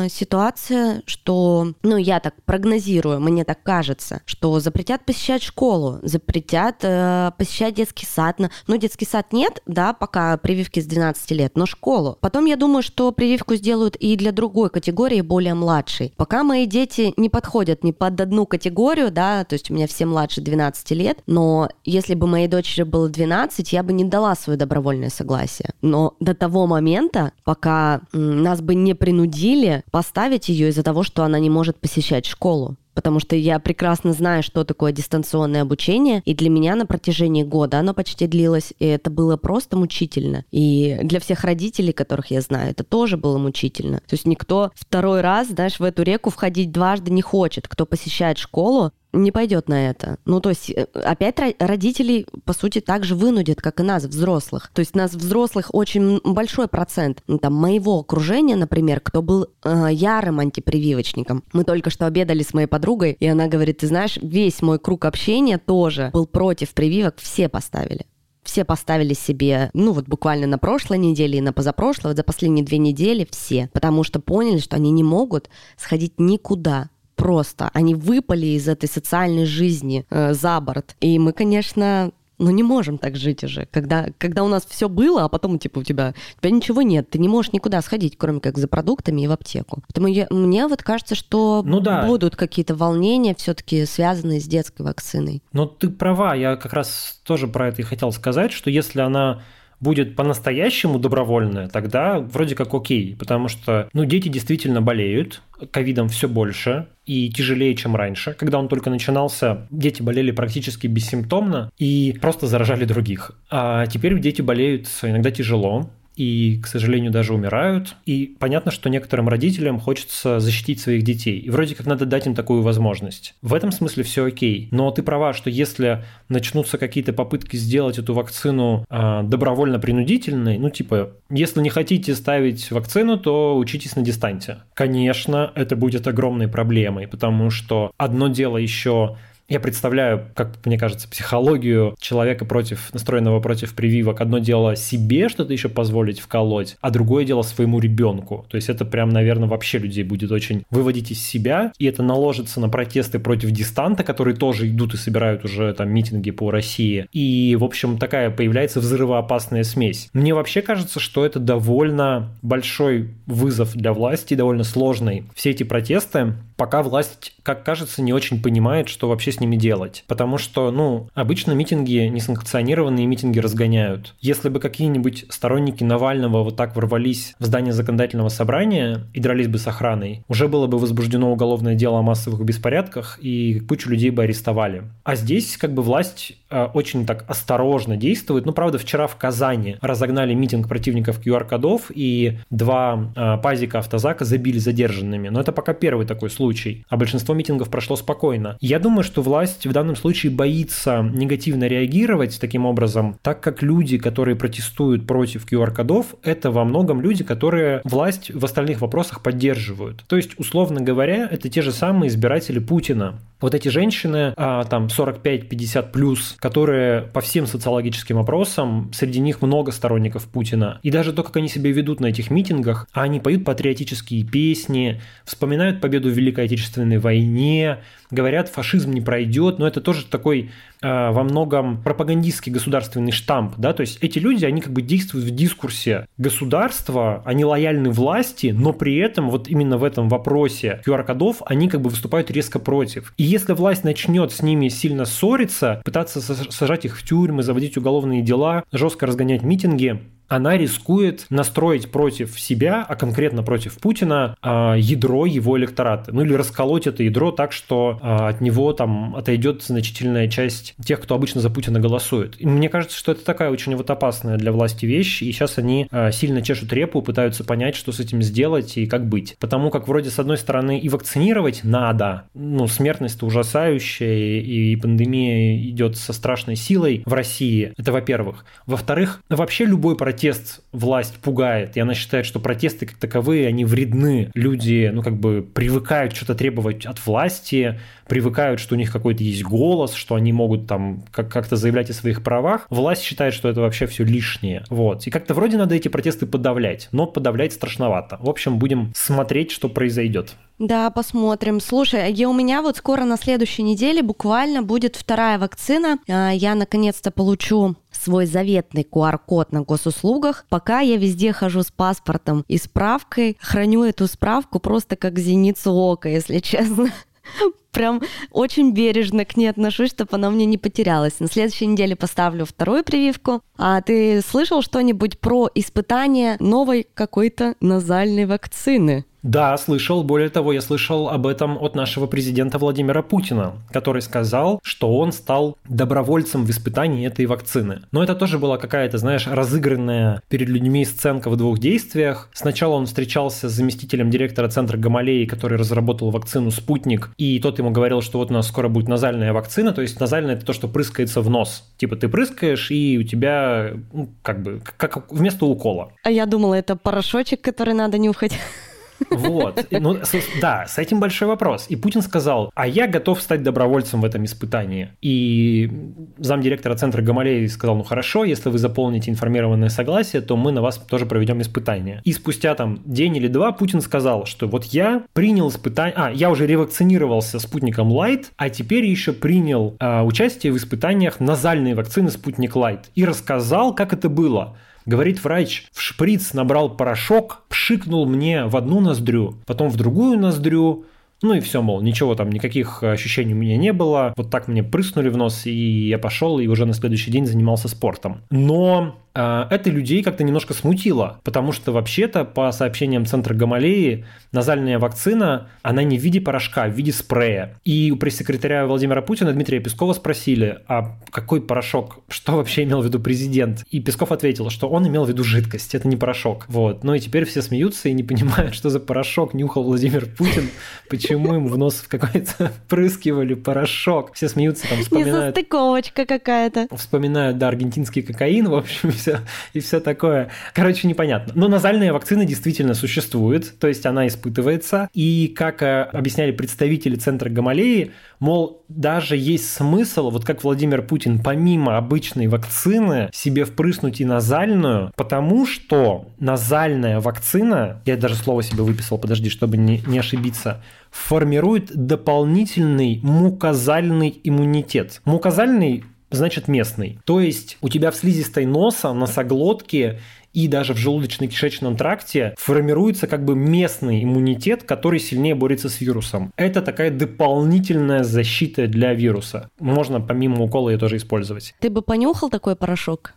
ситуация, что, я так прогнозирую, мне так кажется, что запретят посещать школу, запретят посещать детский сад. Детский сад нет, да, пока прививки с 12 лет, но школу. Потом я думаю, что прививку сделают и для другой категории, более младшей. Пока мои дети не подходят ни под одну категорию, да, то есть у меня все младше 12 лет, но если бы моей дочери было 12, я бы не дала свое добровольное согласие. Но до того момента, пока нас бы не принудили поставить ее из-за того, что она не может посещать школу. Потому что я прекрасно знаю, что такое дистанционное обучение, и для меня на протяжении года оно почти длилось, и это было просто мучительно. И для всех родителей, которых я знаю, это тоже было мучительно. То есть никто второй раз, знаешь, в эту реку входить дважды не хочет. Кто посещает школу, не пойдет на это. То есть опять родителей, по сути, так же вынудят, как и нас, взрослых. То есть нас, взрослых, очень большой процент. Моего окружения, например, кто был ярым антипрививочником. Мы только что обедали с моей подругой, и она говорит, ты знаешь, весь мой круг общения тоже был против прививок, все поставили. Все поставили себе, буквально на прошлой неделе и на позапрошлой, за последние 2 недели все, потому что поняли, что они не могут сходить никуда. Просто они выпали из этой социальной жизни за борт. И мы, конечно, не можем так жить уже. Когда у нас все было, а потом у тебя ничего нет, ты не можешь никуда сходить, кроме как за продуктами и в аптеку. Поэтому мне кажется, что будут какие-то волнения все-таки связанные с детской вакциной. Ты права, я как раз тоже про это и хотел сказать, что если она будет по-настоящему добровольная, тогда вроде как окей, потому что, дети действительно болеют, ковидом все больше и тяжелее, чем раньше. Когда он только начинался, дети болели практически бессимптомно и просто заражали других. А теперь дети болеют иногда тяжело, и, к сожалению, даже умирают. И понятно, что некоторым родителям хочется защитить своих детей. И вроде как надо дать им такую возможность. В этом смысле все окей. Но ты права, что если начнутся какие-то попытки сделать эту вакцину добровольно-принудительной, если не хотите ставить вакцину, то учитесь на дистанте. Конечно, это будет огромной проблемой, потому что одно дело еще... Я представляю, как мне кажется, психологию человека настроенного против прививок. Одно дело себе что-то еще позволить вколоть, а другое дело своему ребенку. То есть это прям, наверное, вообще людей будет очень выводить из себя, и это наложится на протесты против дистанта, которые тоже идут и собирают уже митинги по России. И, в общем, такая появляется взрывоопасная смесь. Мне вообще кажется, что это довольно большой вызов для власти, довольно сложный. Все эти протесты, пока власть, как кажется, не очень понимает, что вообще с ними делать. Потому что, обычно митинги, несанкционированные митинги разгоняют. Если бы какие-нибудь сторонники Навального вот так ворвались в здание законодательного собрания и дрались бы с охраной, уже было бы возбуждено уголовное дело о массовых беспорядках и кучу людей бы арестовали. А здесь власть очень так осторожно действует. Правда, вчера в Казани разогнали митинг противников QR-кодов, и 2 пазика автозака забили задержанными. Но это пока первый такой случай. А большинство митингов прошло спокойно. Я думаю, что власть в данном случае боится негативно реагировать таким образом, так как люди, которые протестуют против QR-кодов, это во многом люди, которые власть в остальных вопросах поддерживают. То есть, условно говоря, это те же самые избиратели Путина. Вот эти женщины, 45-50+, которые по всем социологическим опросам, среди них много сторонников Путина. И даже то, как они себя ведут на этих митингах, они поют патриотические песни, вспоминают победу в Великой Отечественной войне, говорят, фашизм не пройдет, но это тоже такой во многом пропагандистский государственный штамп, да, то есть эти люди, они действуют в дискурсе государства, они лояльны власти, но при этом вот именно в этом вопросе QR-кодов они выступают резко против. И если власть начнет с ними сильно ссориться, пытаться сажать их в тюрьмы, заводить уголовные дела, жестко разгонять митинги, она рискует настроить против себя, а конкретно против Путина, ядро его электората. Или расколоть это ядро так, что от него отойдет значительная часть тех, кто обычно за Путина голосует. И мне кажется, что это такая очень опасная для власти вещь, и сейчас они сильно чешут репу, пытаются понять, что с этим сделать и как быть. Потому как вроде с одной стороны и вакцинировать надо, смертность-то ужасающая, и пандемия идет со страшной силой в России, это во-первых. Во-вторых, вообще любой протест протест власть пугает, и она считает, что протесты как таковые, они вредны. Люди, привыкают что-то требовать от власти, привыкают, что у них какой-то есть голос, что они могут там как-то заявлять о своих правах. Власть считает, что это вообще все лишнее. Вот. И как-то вроде надо эти протесты подавлять, но подавлять страшновато. В общем, будем смотреть, что произойдет. Да, посмотрим. Слушай, у меня вот скоро на следующей неделе буквально будет вторая вакцина. Я наконец-то получу свой заветный QR-код на госуслугах. Пока я везде хожу с паспортом и справкой, храню эту справку просто как зеницу ока, если честно. Прям очень бережно к ней отношусь, чтобы она мне не потерялась. На следующей неделе поставлю вторую прививку. А ты слышал что-нибудь про испытание новой какой-то назальной вакцины? Да, слышал. Более того, я слышал об этом от нашего президента Владимира Путина, который сказал, что он стал добровольцем в испытании этой вакцины. Но это тоже была какая-то, разыгранная перед людьми сценка в двух действиях. Сначала он встречался с заместителем директора центра Гамалеи, который разработал вакцину «Спутник», и тот ему говорил, что вот у нас скоро будет назальная вакцина, то есть назальная – это то, что прыскается в нос. Типа ты прыскаешь, и у тебя как вместо укола. А я думала, это порошочек, который надо нюхать. Вот. Да, с этим большой вопрос. И Путин сказал, а я готов стать добровольцем в этом испытании. И замдиректора центра Гамалеи сказал, хорошо, если вы заполните информированное согласие, то мы на вас тоже проведем испытание. И спустя день или два Путин сказал, что вот я принял испытание, я уже ревакцинировался спутником Лайт, а теперь еще принял участие в испытаниях назальной вакцины Спутник Лайт. И рассказал, как это было. Говорит врач, в шприц набрал порошок, пшикнул мне в одну ноздрю, потом в другую ноздрю, и все, мол, ничего там, никаких ощущений у меня не было. Вот так мне прыснули в нос, и я пошел, и уже на следующий день занимался спортом. Но это людей как-то немножко смутило, потому что вообще-то, по сообщениям центра Гамалеи, назальная вакцина, она не в виде порошка, а в виде спрея. И у пресс-секретаря Владимира Путина Дмитрия Пескова спросили, а какой порошок, что вообще имел в виду президент? И Песков ответил, что он имел в виду жидкость, это не порошок. Вот. Ну и теперь все смеются и не понимают, что за порошок нюхал Владимир Путин, почему ему в нос в какой-то впрыскивали порошок. Все смеются, вспоминают... Несостыковочка какая-то. Вспоминают, аргентинский кокаин, в общем, и все такое. Короче, непонятно. Но назальная вакцина действительно существует, то есть она испытывается. И как объясняли представители центра Гамалеи, мол, даже есть смысл, вот как Владимир Путин, помимо обычной вакцины, себе впрыснуть и назальную, потому что назальная вакцина, я даже слово себе выписал, подожди, чтобы не ошибиться, формирует дополнительный мукозальный иммунитет. Мукозальный значит местный. То есть у тебя в слизистой носа, носоглотке и даже в желудочно-кишечном тракте формируется местный иммунитет, который сильнее борется с вирусом. Это такая дополнительная защита для вируса. Можно помимо укола ее тоже использовать. Ты бы понюхал такой порошок?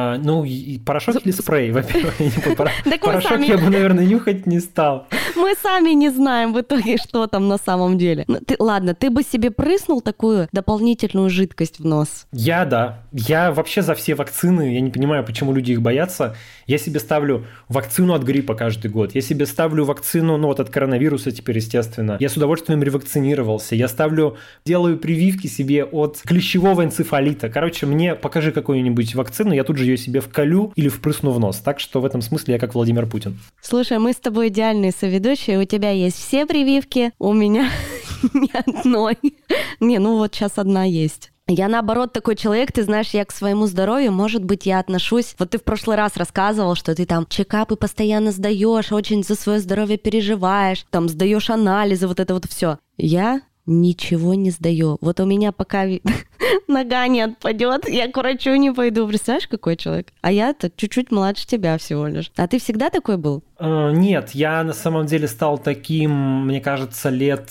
Порошок или спрей, во-первых, порошок я бы, наверное, нюхать не стал. Мы сами не знаем в итоге, что там на самом деле. Ладно, ты бы себе прыснул такую дополнительную жидкость в нос? Да. Я вообще за все вакцины, я не понимаю, почему люди их боятся. Я себе ставлю вакцину от гриппа каждый год. Я себе ставлю вакцину, от коронавируса теперь, естественно. Я с удовольствием ревакцинировался. Я делаю прививки себе от клещевого энцефалита. Короче, мне покажи какую-нибудь вакцину, я тут же ее себе вколю или впрысну в нос. Так что в этом смысле я как Владимир Путин. Слушай, мы с тобой идеальные соведущие. У тебя есть все прививки, у меня ни одной. Сейчас одна есть. Я, наоборот, такой человек, ты знаешь, я к своему здоровью, может быть, я отношусь... Вот ты в прошлый раз рассказывал, что ты чекапы постоянно сдаешь, очень за свое здоровье переживаешь, сдаешь анализы, вот это вот все. Я ничего не сдаю. Вот у меня пока нога не отпадет, я к врачу не пойду. Представляешь, какой человек? А я-то чуть-чуть младше тебя всего лишь. А ты всегда такой был? Нет, я на самом деле стал таким, мне кажется, лет...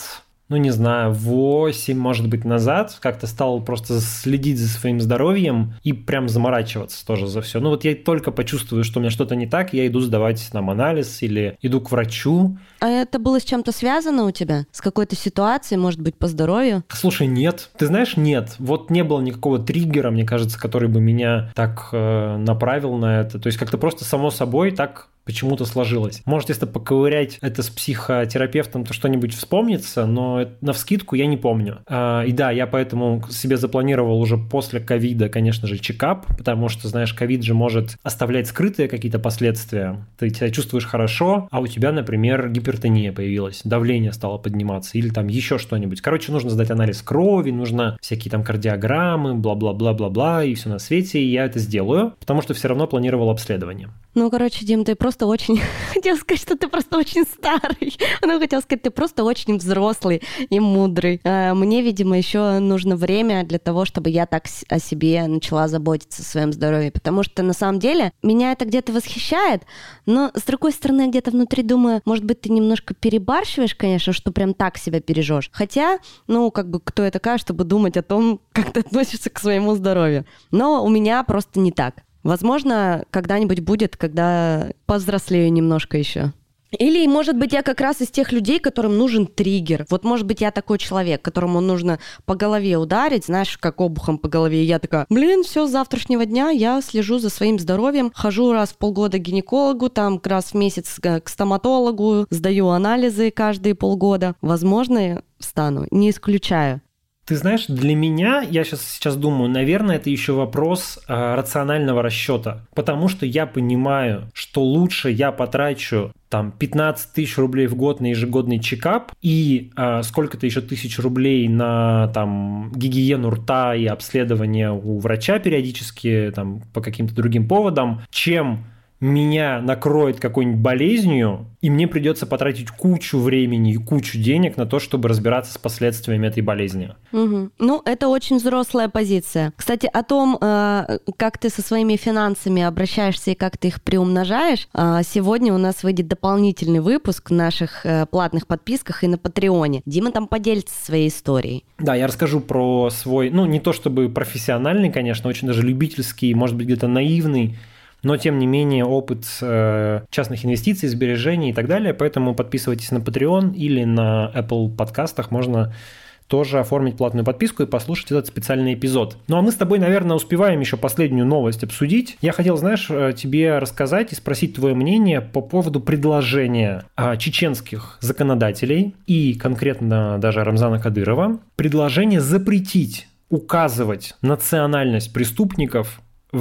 8, может быть, назад как-то стал просто следить за своим здоровьем и прям заморачиваться тоже за все. Я только почувствую, что у меня что-то не так, я иду сдавать анализ или иду к врачу. А это было с чем-то связано у тебя? С какой-то ситуацией, может быть, по здоровью? Слушай, нет. Ты знаешь, нет. Вот не было никакого триггера, мне кажется, который бы меня так направил на это. То есть как-то просто само собой так почему-то сложилось. Может, если поковырять это с психотерапевтом, то что-нибудь вспомнится, но навскидку я не помню. И да, я поэтому себе запланировал уже после ковида, конечно же, чекап, потому что, знаешь, ковид же может оставлять скрытые какие-то последствия. Ты себя чувствуешь хорошо, а у тебя, например, гипертония появилась, давление стало подниматься или там еще что-нибудь. Короче, нужно сдать анализ крови, нужно всякие там кардиограммы, бла-бла-бла-бла-бла и все на свете, и я это сделаю, потому что все равно планировал обследование. Ну, короче, Дим, ты просто очень... Хотела сказать, что ты просто очень старый. Она хотела сказать, ты просто очень взрослый и мудрый. Мне, видимо, еще нужно время для того, чтобы я так о себе начала заботиться о своем здоровье. Потому что, на самом деле, меня это где-то восхищает, но, с другой стороны, где-то внутри думаю, может быть, ты немножко перебарщиваешь, конечно, что прям так себя бережешь. Хотя, ну, как бы, кто я такая, чтобы думать о том, как ты относишься к своему здоровью. Но у меня просто не так. Возможно, когда-нибудь будет, когда повзрослею немножко еще. Или, может быть, я как раз из тех людей, которым нужен триггер. Вот, может быть, я такой человек, которому нужно по голове ударить, знаешь, как обухом по голове. И я такая, все, с завтрашнего дня я слежу за своим здоровьем, хожу раз в полгода к гинекологу, там раз в месяц к стоматологу, сдаю анализы каждые полгода. Возможно, стану, не исключаю. Ты знаешь, для меня, я сейчас думаю, наверное, это еще вопрос рационального расчета, потому что я понимаю, что лучше я потрачу там 15 тысяч рублей в год на ежегодный чекап и сколько-то еще тысяч рублей на там гигиену рта и обследование у врача периодически там по каким-то другим поводам, чем меня накроет какой-нибудь болезнью, и мне придется потратить кучу времени и кучу денег на то, чтобы разбираться с последствиями этой болезни. Угу. Ну, это очень взрослая позиция. Кстати, о том, как ты со своими финансами обращаешься и как ты их приумножаешь, сегодня у нас выйдет дополнительный выпуск в наших платных подписках и на Патреоне. Дима там поделится своей историей. Да, я расскажу про свой, ну, не то чтобы профессиональный, конечно, очень даже любительский, может быть, где-то наивный, но, тем не менее, опыт частных инвестиций, сбережений и так далее. Поэтому подписывайтесь на Patreon или на Apple подкастах. Можно тоже оформить платную подписку и послушать этот специальный эпизод. Ну, а мы с тобой, наверное, успеваем еще последнюю новость обсудить. Я хотел, знаешь, тебе рассказать и спросить твое мнение по поводу предложения чеченских законодателей и конкретно даже Рамзана Кадырова. Предложение запретить указывать национальность преступников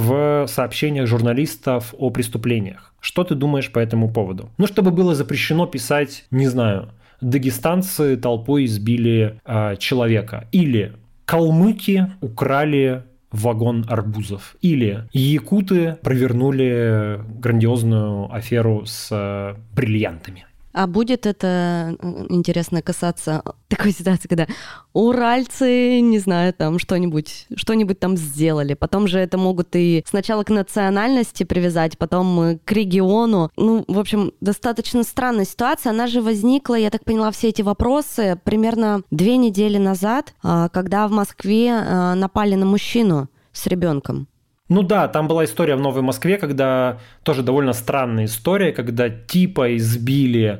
в сообщениях журналистов о преступлениях. Что ты думаешь по этому поводу? Ну, чтобы было запрещено писать, не знаю, дагестанцы толпой избили человека, или калмыки украли вагон арбузов, или якуты провернули грандиозную аферу с бриллиантами. А будет это, интересно, касаться такой ситуации, когда уральцы, не знаю, там что-нибудь там сделали. Потом же это могут и сначала к национальности привязать, потом к региону. Ну, в общем, достаточно странная ситуация. Она же возникла, я так поняла, все эти вопросы примерно 2 недели назад, когда в Москве напали на мужчину с ребенком. Ну да, там была история в Новой Москве, когда тоже довольно странная история, когда типа избили,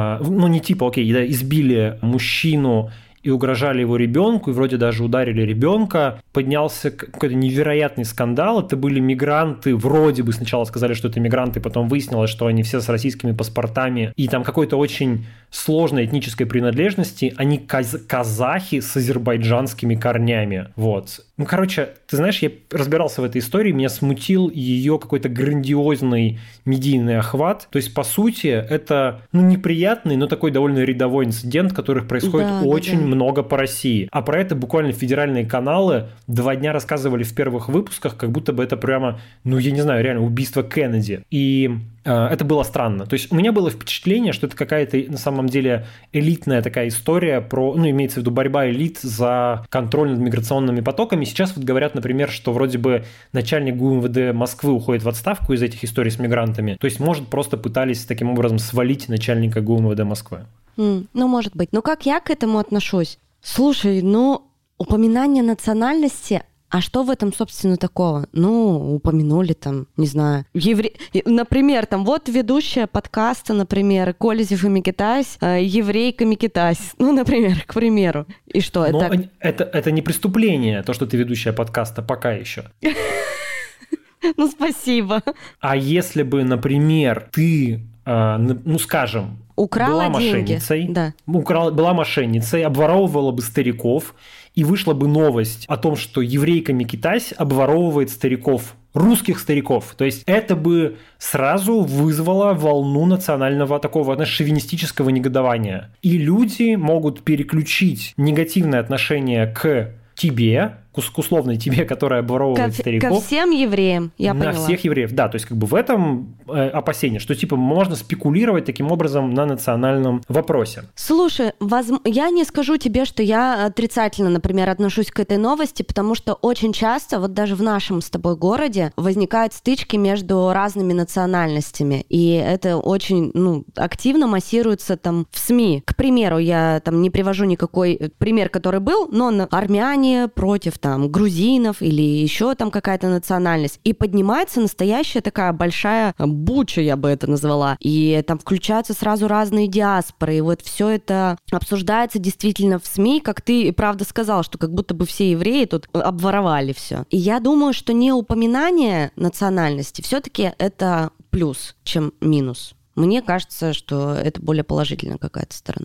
избили мужчину и угрожали его ребенку, и вроде даже ударили ребенка. Поднялся какой-то невероятный скандал. Это были мигранты, вроде бы сначала сказали, что это мигранты, потом выяснилось, что они все с российскими паспортами, и там какой-то очень сложной этнической принадлежности. Они казахи с азербайджанскими корнями. Вот. Ну, короче, ты знаешь, я разбирался в этой истории, меня смутил ее какой-то грандиозный медийный охват. То есть, по сути, это неприятный, но такой довольно рядовой инцидент, которых происходит очень много по России. А про это буквально федеральные каналы 2 дня рассказывали в первых выпусках, как будто бы это прямо, я не знаю, реально убийство Кеннеди. И это было странно. То есть у меня было впечатление, что это какая-то на самом деле элитная такая история про, имеется в виду борьба элит за контроль над миграционными потоками. Сейчас вот говорят, например, что вроде бы начальник ГУМВД Москвы уходит в отставку из этих историй с мигрантами. То есть, может, просто пытались таким образом свалить начальника ГУМВД Москвы. Может быть. Но как я к этому отношусь? Слушай, упоминание национальности... А что в этом, собственно, такого? Упомянули там, не знаю, например, там вот ведущая подкаста, например, Колезев и Микитась, еврейка Микитась, например, к примеру. И что, это не преступление, то, что ты ведущая подкаста, пока еще. Ну, спасибо. А если бы, например, ты, ну, скажем, Украла была деньги. мошенницей, Да. была мошенницей, обворовывала бы стариков, и вышла бы новость о том, что еврейка Микитась обворовывает стариков, русских стариков. То есть это бы сразу вызвало волну национального такого шовинистического негодования. И люди могут переключить негативное отношение к тебе, к условной тебе, которая обворовывает стариков. Ко всем евреям, я поняла. На всех евреев, да. То есть как бы в этом опасение, что типа можно спекулировать таким образом на национальном вопросе. Слушай, я не скажу тебе, что я отрицательно, например, отношусь к этой новости, потому что очень часто, вот даже в нашем с тобой городе, возникают стычки между разными национальностями, и это очень, активно массируется там в СМИ. К примеру, я там не привожу никакой пример, который был, но армяне против там грузинов или еще там какая-то национальность. И поднимается настоящая такая большая буча, я бы это назвала. И там включаются сразу разные диаспоры. И вот все это обсуждается действительно в СМИ, как ты и правда сказал, что как будто бы все евреи тут обворовали все. И я думаю, что не упоминание национальности все-таки это плюс, чем минус. Мне кажется, что это более положительная какая-то сторона.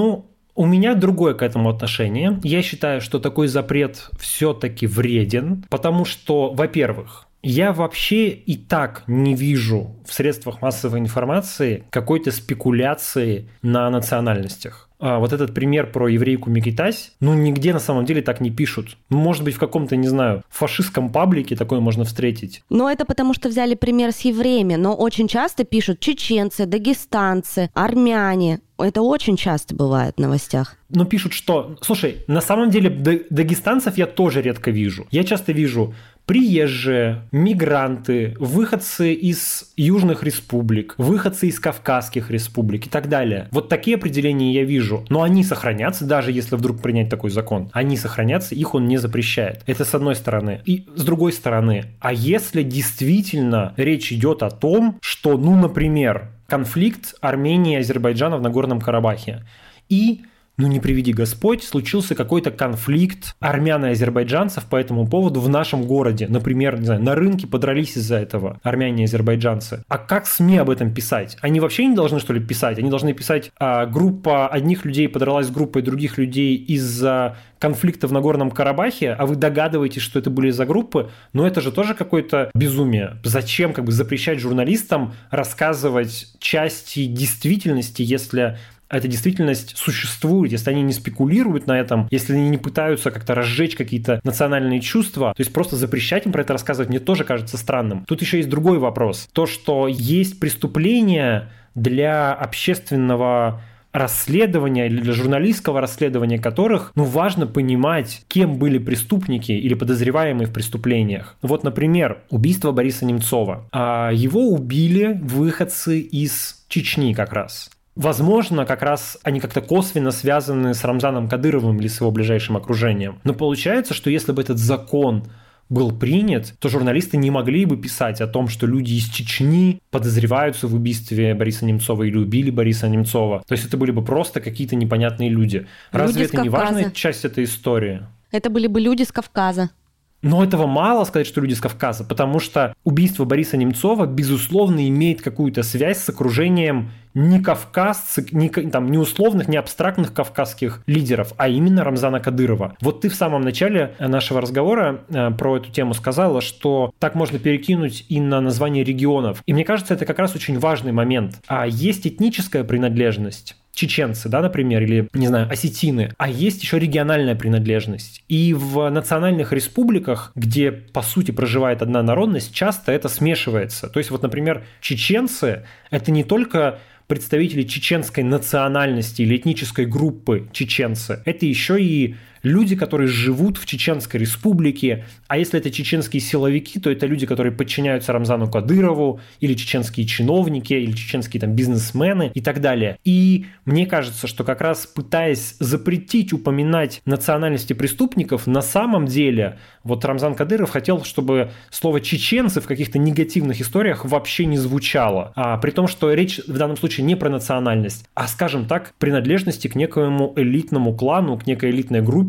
У меня другое к этому отношение. Я считаю, что такой запрет все-таки вреден, потому что, во-первых, я вообще и так не вижу в средствах массовой информации какой-то спекуляции на национальностях. Вот этот пример про еврейку Микитась, нигде на самом деле так не пишут. Может быть, в каком-то, не знаю, фашистском паблике такое можно встретить. Но это потому, что взяли пример с евреями, но очень часто пишут чеченцы, дагестанцы, армяне. Это очень часто бывает в новостях. Пишут, что... Слушай, на самом деле дагестанцев я тоже редко вижу. Я часто вижу приезжие, мигранты, выходцы из южных республик, выходцы из кавказских республик и так далее. Вот такие определения я вижу. Но они сохранятся, даже если вдруг принять такой закон. Они сохранятся, их он не запрещает. Это с одной стороны. И с другой стороны, а если действительно речь идет о том, что, например, конфликт Армении и Азербайджана в Нагорном Карабахе, и не приведи Господь, случился какой-то конфликт армян и азербайджанцев по этому поводу в нашем городе. Например, не знаю, на рынке подрались из-за этого армяне и азербайджанцы. А как СМИ об этом писать? Они вообще не должны, что ли, писать? Они должны писать, группа одних людей подралась с группой других людей из-за конфликта в Нагорном Карабахе, а вы догадываетесь, что это были за группы? Это же тоже какое-то безумие. Зачем запрещать журналистам рассказывать части действительности, если эта действительность существует, если они не спекулируют на этом, если они не пытаются как-то разжечь какие-то национальные чувства, то есть просто запрещать им про это рассказывать мне тоже кажется странным. Тут еще есть другой вопрос. То, что есть преступления для общественного расследования или для журналистского расследования которых, важно понимать, кем были преступники или подозреваемые в преступлениях. Вот, например, убийство Бориса Немцова. Его убили выходцы из Чечни как раз. Возможно, как раз они как-то косвенно связаны с Рамзаном Кадыровым или с его ближайшим окружением. Но получается, что если бы этот закон был принят, то журналисты не могли бы писать о том, что люди из Чечни подозреваются в убийстве Бориса Немцова или убили Бориса Немцова. То есть это были бы просто какие-то непонятные люди. Разве это не важная часть этой истории? Это были бы люди с Кавказа. Но этого мало сказать, что люди с Кавказа, потому что убийство Бориса Немцова, безусловно, имеет какую-то связь с окружением не кавказцев, не условных, не абстрактных кавказских лидеров, а именно Рамзана Кадырова. Вот ты в самом начале нашего разговора про эту тему сказала, что так можно перекинуть и на название регионов. И мне кажется, это как раз очень важный момент. А есть этническая принадлежность. Чеченцы, да, например, или, не знаю, осетины, а есть еще региональная принадлежность. И в национальных республиках, где, по сути, проживает одна народность, часто это смешивается. То есть, вот, например, чеченцы – это не только представители чеченской национальности или этнической группы чеченцы, это еще и люди, которые живут в Чеченской республике, а если это чеченские силовики, то это люди, которые подчиняются Рамзану Кадырову, или чеченские чиновники, или чеченские бизнесмены и так далее. И мне кажется, что как раз пытаясь запретить упоминать национальности преступников, на самом деле вот Рамзан Кадыров хотел, чтобы слово «чеченцы» в каких-то негативных историях вообще не звучало. При том, что речь в данном случае не про национальность, а, скажем так, принадлежности к некоему элитному клану, к некой элитной группе,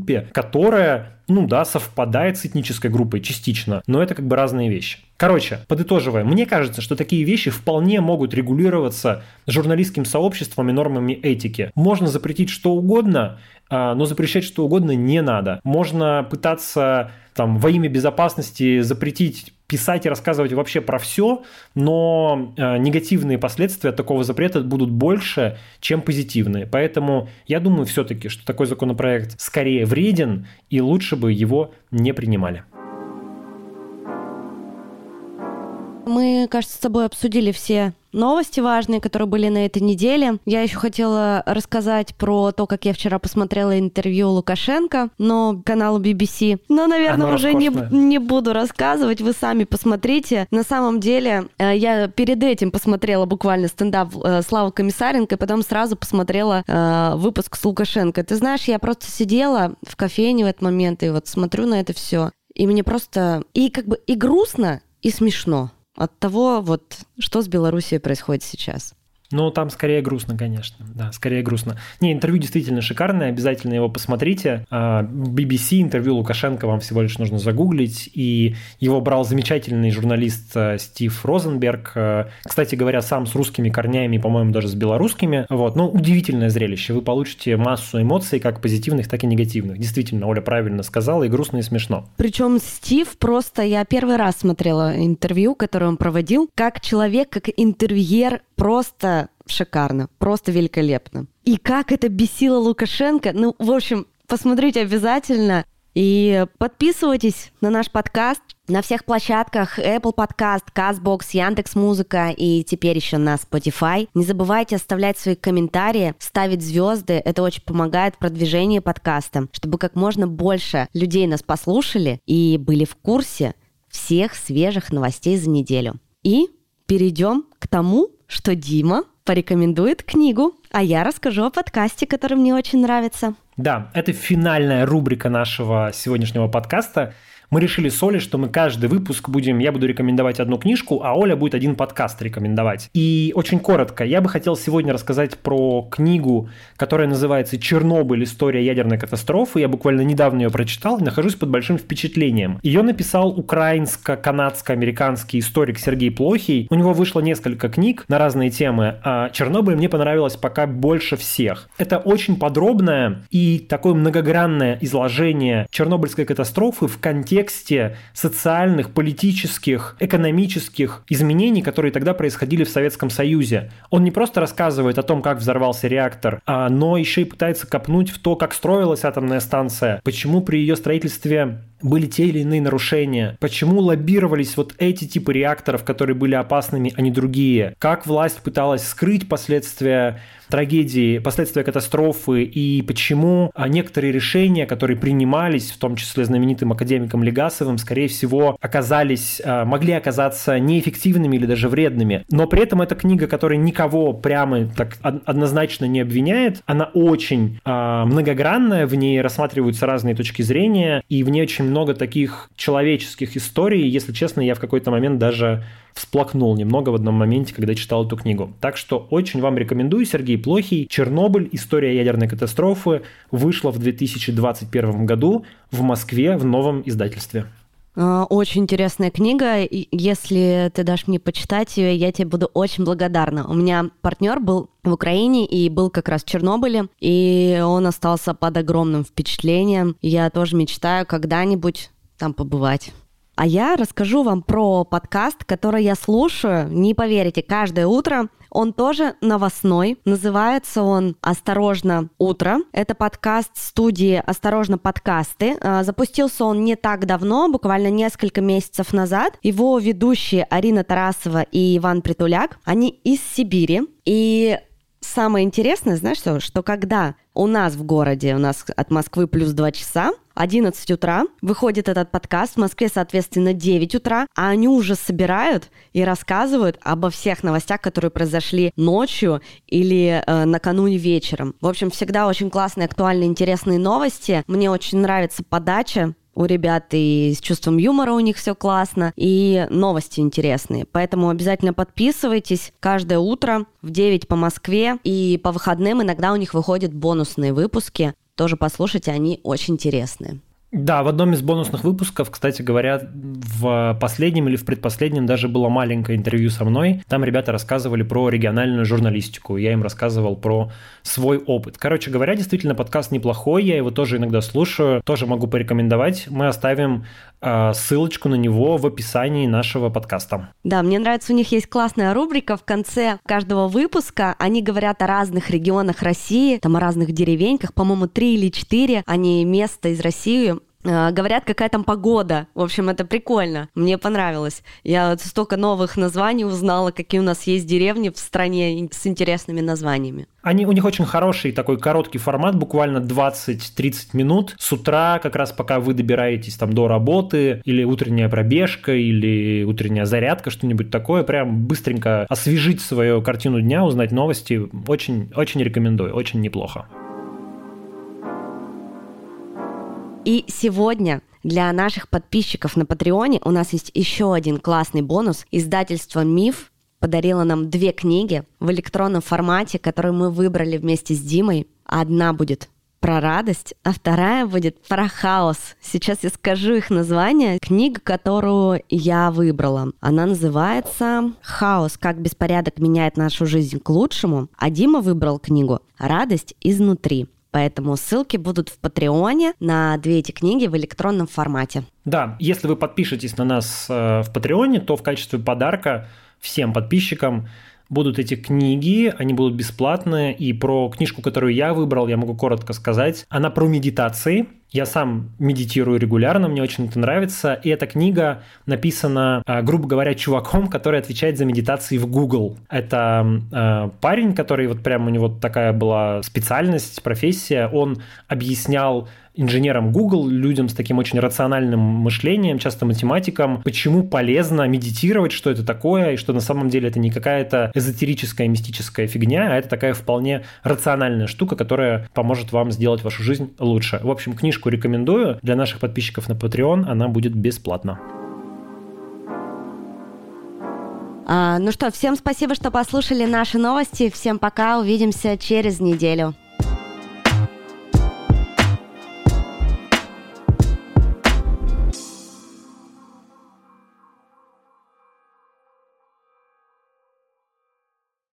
группе, которая, совпадает с этнической группой частично, но это как бы разные вещи. Короче, подытоживая, мне кажется, что такие вещи вполне могут регулироваться журналистским сообществом и нормами этики. Можно запретить что угодно, но запрещать что угодно не надо. Можно пытаться во имя безопасности запретить писать и рассказывать вообще про все, но негативные последствия от такого запрета будут больше, чем позитивные. Поэтому я думаю все-таки, что такой законопроект скорее вреден, и лучше бы его не принимали. Мы, кажется, с тобой обсудили все новости важные, которые были на этой неделе. Я еще хотела рассказать про то, как я вчера посмотрела интервью Лукашенко, но каналу BBC. Но, наверное, уже не буду рассказывать, вы сами посмотрите. На самом деле, я перед этим посмотрела буквально стендап Славы Комиссаренко, и потом сразу посмотрела выпуск с Лукашенко. Ты знаешь, я просто сидела в кофейне в этот момент и вот смотрю на это все, и мне просто и грустно, и смешно от того, что с Белоруссией происходит сейчас. Там скорее грустно, конечно. Да, скорее грустно. Интервью действительно шикарное, обязательно его посмотрите. BBC, интервью Лукашенко вам всего лишь нужно загуглить. И его брал замечательный журналист Стив Розенберг. Кстати говоря, сам с русскими корнями, по-моему, даже с белорусскими. Удивительное зрелище. Вы получите массу эмоций, как позитивных, так и негативных. Действительно, Оля правильно сказала, и грустно, и смешно. Причем Стив я первый раз смотрела интервью, которое он проводил, как человек, как интервьюер, просто шикарно, просто великолепно. И как это бесило Лукашенко. В общем, посмотрите обязательно. И подписывайтесь на наш подкаст на всех площадках: Apple Podcast, CastBox, Яндекс.Музыка и теперь еще на Spotify. Не забывайте оставлять свои комментарии, ставить звезды. Это очень помогает в продвижении подкаста, чтобы как можно больше людей нас послушали и были в курсе всех свежих новостей за неделю. И перейдем к тому, что Дима порекомендует книгу, а я расскажу о подкасте, который мне очень нравится. Да, это финальная рубрика нашего сегодняшнего подкаста. Мы решили с Олей, что мы каждый выпуск я буду рекомендовать одну книжку, а Оля будет один подкаст рекомендовать. И очень коротко, я бы хотел сегодня рассказать про книгу, которая называется «Чернобыль. История ядерной катастрофы». Я буквально недавно ее прочитал и нахожусь под большим впечатлением. Ее написал украинско-канадско-американский историк Сергей Плохий. У него вышло несколько книг на разные темы, а «Чернобыль» мне понравилось пока больше всех. Это очень подробное и такое многогранное изложение чернобыльской катастрофы в контексте социальных, политических, экономических изменений, которые тогда происходили в Советском Союзе. Он не просто рассказывает о том, как взорвался реактор, но еще и пытается копнуть в то, как строилась атомная станция, почему при ее строительстве были те или иные нарушения, почему лоббировались эти типы реакторов, которые были опасными, а не другие, как власть пыталась скрыть последствия трагедии, последствия катастрофы, и почему некоторые решения, которые принимались, в том числе знаменитым академиком Легасовым, скорее всего, могли оказаться неэффективными или даже вредными. Но при этом эта книга, которая никого прямо так однозначно не обвиняет, она очень многогранная, в ней рассматриваются разные точки зрения, и в ней очень много таких человеческих историй. Если честно, я в какой-то момент даже всплакнул немного в одном моменте, когда читал эту книгу. Так что очень вам рекомендую. Сергей Плохий. «Чернобыль. История ядерной катастрофы» вышла в 2021 году в Москве в новом издательстве. Очень интересная книга. Если ты дашь мне почитать ее, я тебе буду очень благодарна. У меня партнер был в Украине и был как раз в Чернобыле, и он остался под огромным впечатлением. Я тоже мечтаю когда-нибудь там побывать. А я расскажу вам про подкаст, который я слушаю, не поверите, каждое утро. Он тоже новостной. Называется он «Осторожно, утро». Это подкаст студии «Осторожно, подкасты». Запустился он не так давно, буквально несколько месяцев назад. Его ведущие Арина Тарасова и Иван Притуляк, они из Сибири. И самое интересное, знаешь что когда у нас в городе, у нас от Москвы плюс 2 часа, 11 утра, выходит этот подкаст, в Москве, соответственно, 9 утра, а они уже собирают и рассказывают обо всех новостях, которые произошли ночью или накануне вечером. В общем, всегда очень классные, актуальные, интересные новости. Мне очень нравится подача у ребят, и с чувством юмора у них все классно, и новости интересные. Поэтому обязательно подписывайтесь каждое утро в 9 по Москве, и по выходным иногда у них выходят бонусные выпуски, тоже послушайте, они очень интересные. Да, в одном из бонусных выпусков, кстати говоря, в последнем или в предпоследнем даже было маленькое интервью со мной. Там ребята рассказывали про региональную журналистику. Я им рассказывал про свой опыт. Короче говоря, действительно, подкаст неплохой. Я его тоже иногда слушаю. Тоже могу порекомендовать. Мы оставим ссылочку на него в описании нашего подкаста. Да, мне нравится, у них есть классная рубрика в конце каждого выпуска. Они говорят о разных регионах России, там о разных деревеньках, по-моему, 3 или 4, они место из России. Говорят, какая там погода. В общем, это прикольно. Мне понравилось. Я столько новых названий узнала, какие у нас есть деревни в стране с интересными названиями. У них очень хороший такой короткий формат, буквально 20-30 минут. С утра, как раз пока вы добираетесь там до работы, или утренняя пробежка, или утренняя зарядка, что-нибудь такое. Прям быстренько освежить свою картину дня, узнать новости. Очень, очень рекомендую, очень неплохо. И сегодня для наших подписчиков на Патреоне у нас есть еще один классный бонус. Издательство «Миф» подарило нам 2 книги в электронном формате, которые мы выбрали вместе с Димой. Одна будет про радость, а вторая будет про хаос. Сейчас я скажу их название. Книга, которую я выбрала, она называется «Хаос. Как беспорядок меняет нашу жизнь к лучшему», а Дима выбрал книгу «Радость изнутри». Поэтому ссылки будут в Патреоне на 2 эти книги в электронном формате. Да, если вы подпишетесь на нас в Патреоне, то в качестве подарка всем подписчикам будут эти книги, они будут бесплатные. И про книжку, которую я выбрал, я могу коротко сказать. Она про медитации. Я сам медитирую регулярно, мне очень это нравится. И эта книга написана, грубо говоря, чуваком, который отвечает за медитации в Google. Это парень, который вот прям у него такая была специальность, профессия. Он объяснял инженерам Google, людям с таким очень рациональным мышлением, часто математикам, почему полезно медитировать, что это такое, и что на самом деле это не какая-то эзотерическая, мистическая фигня, а это такая вполне рациональная штука, которая поможет вам сделать вашу жизнь лучше. В общем, книжку рекомендую. Для наших подписчиков на Patreon она будет бесплатна. Ну что, всем спасибо, что послушали наши новости. Всем пока, увидимся через неделю.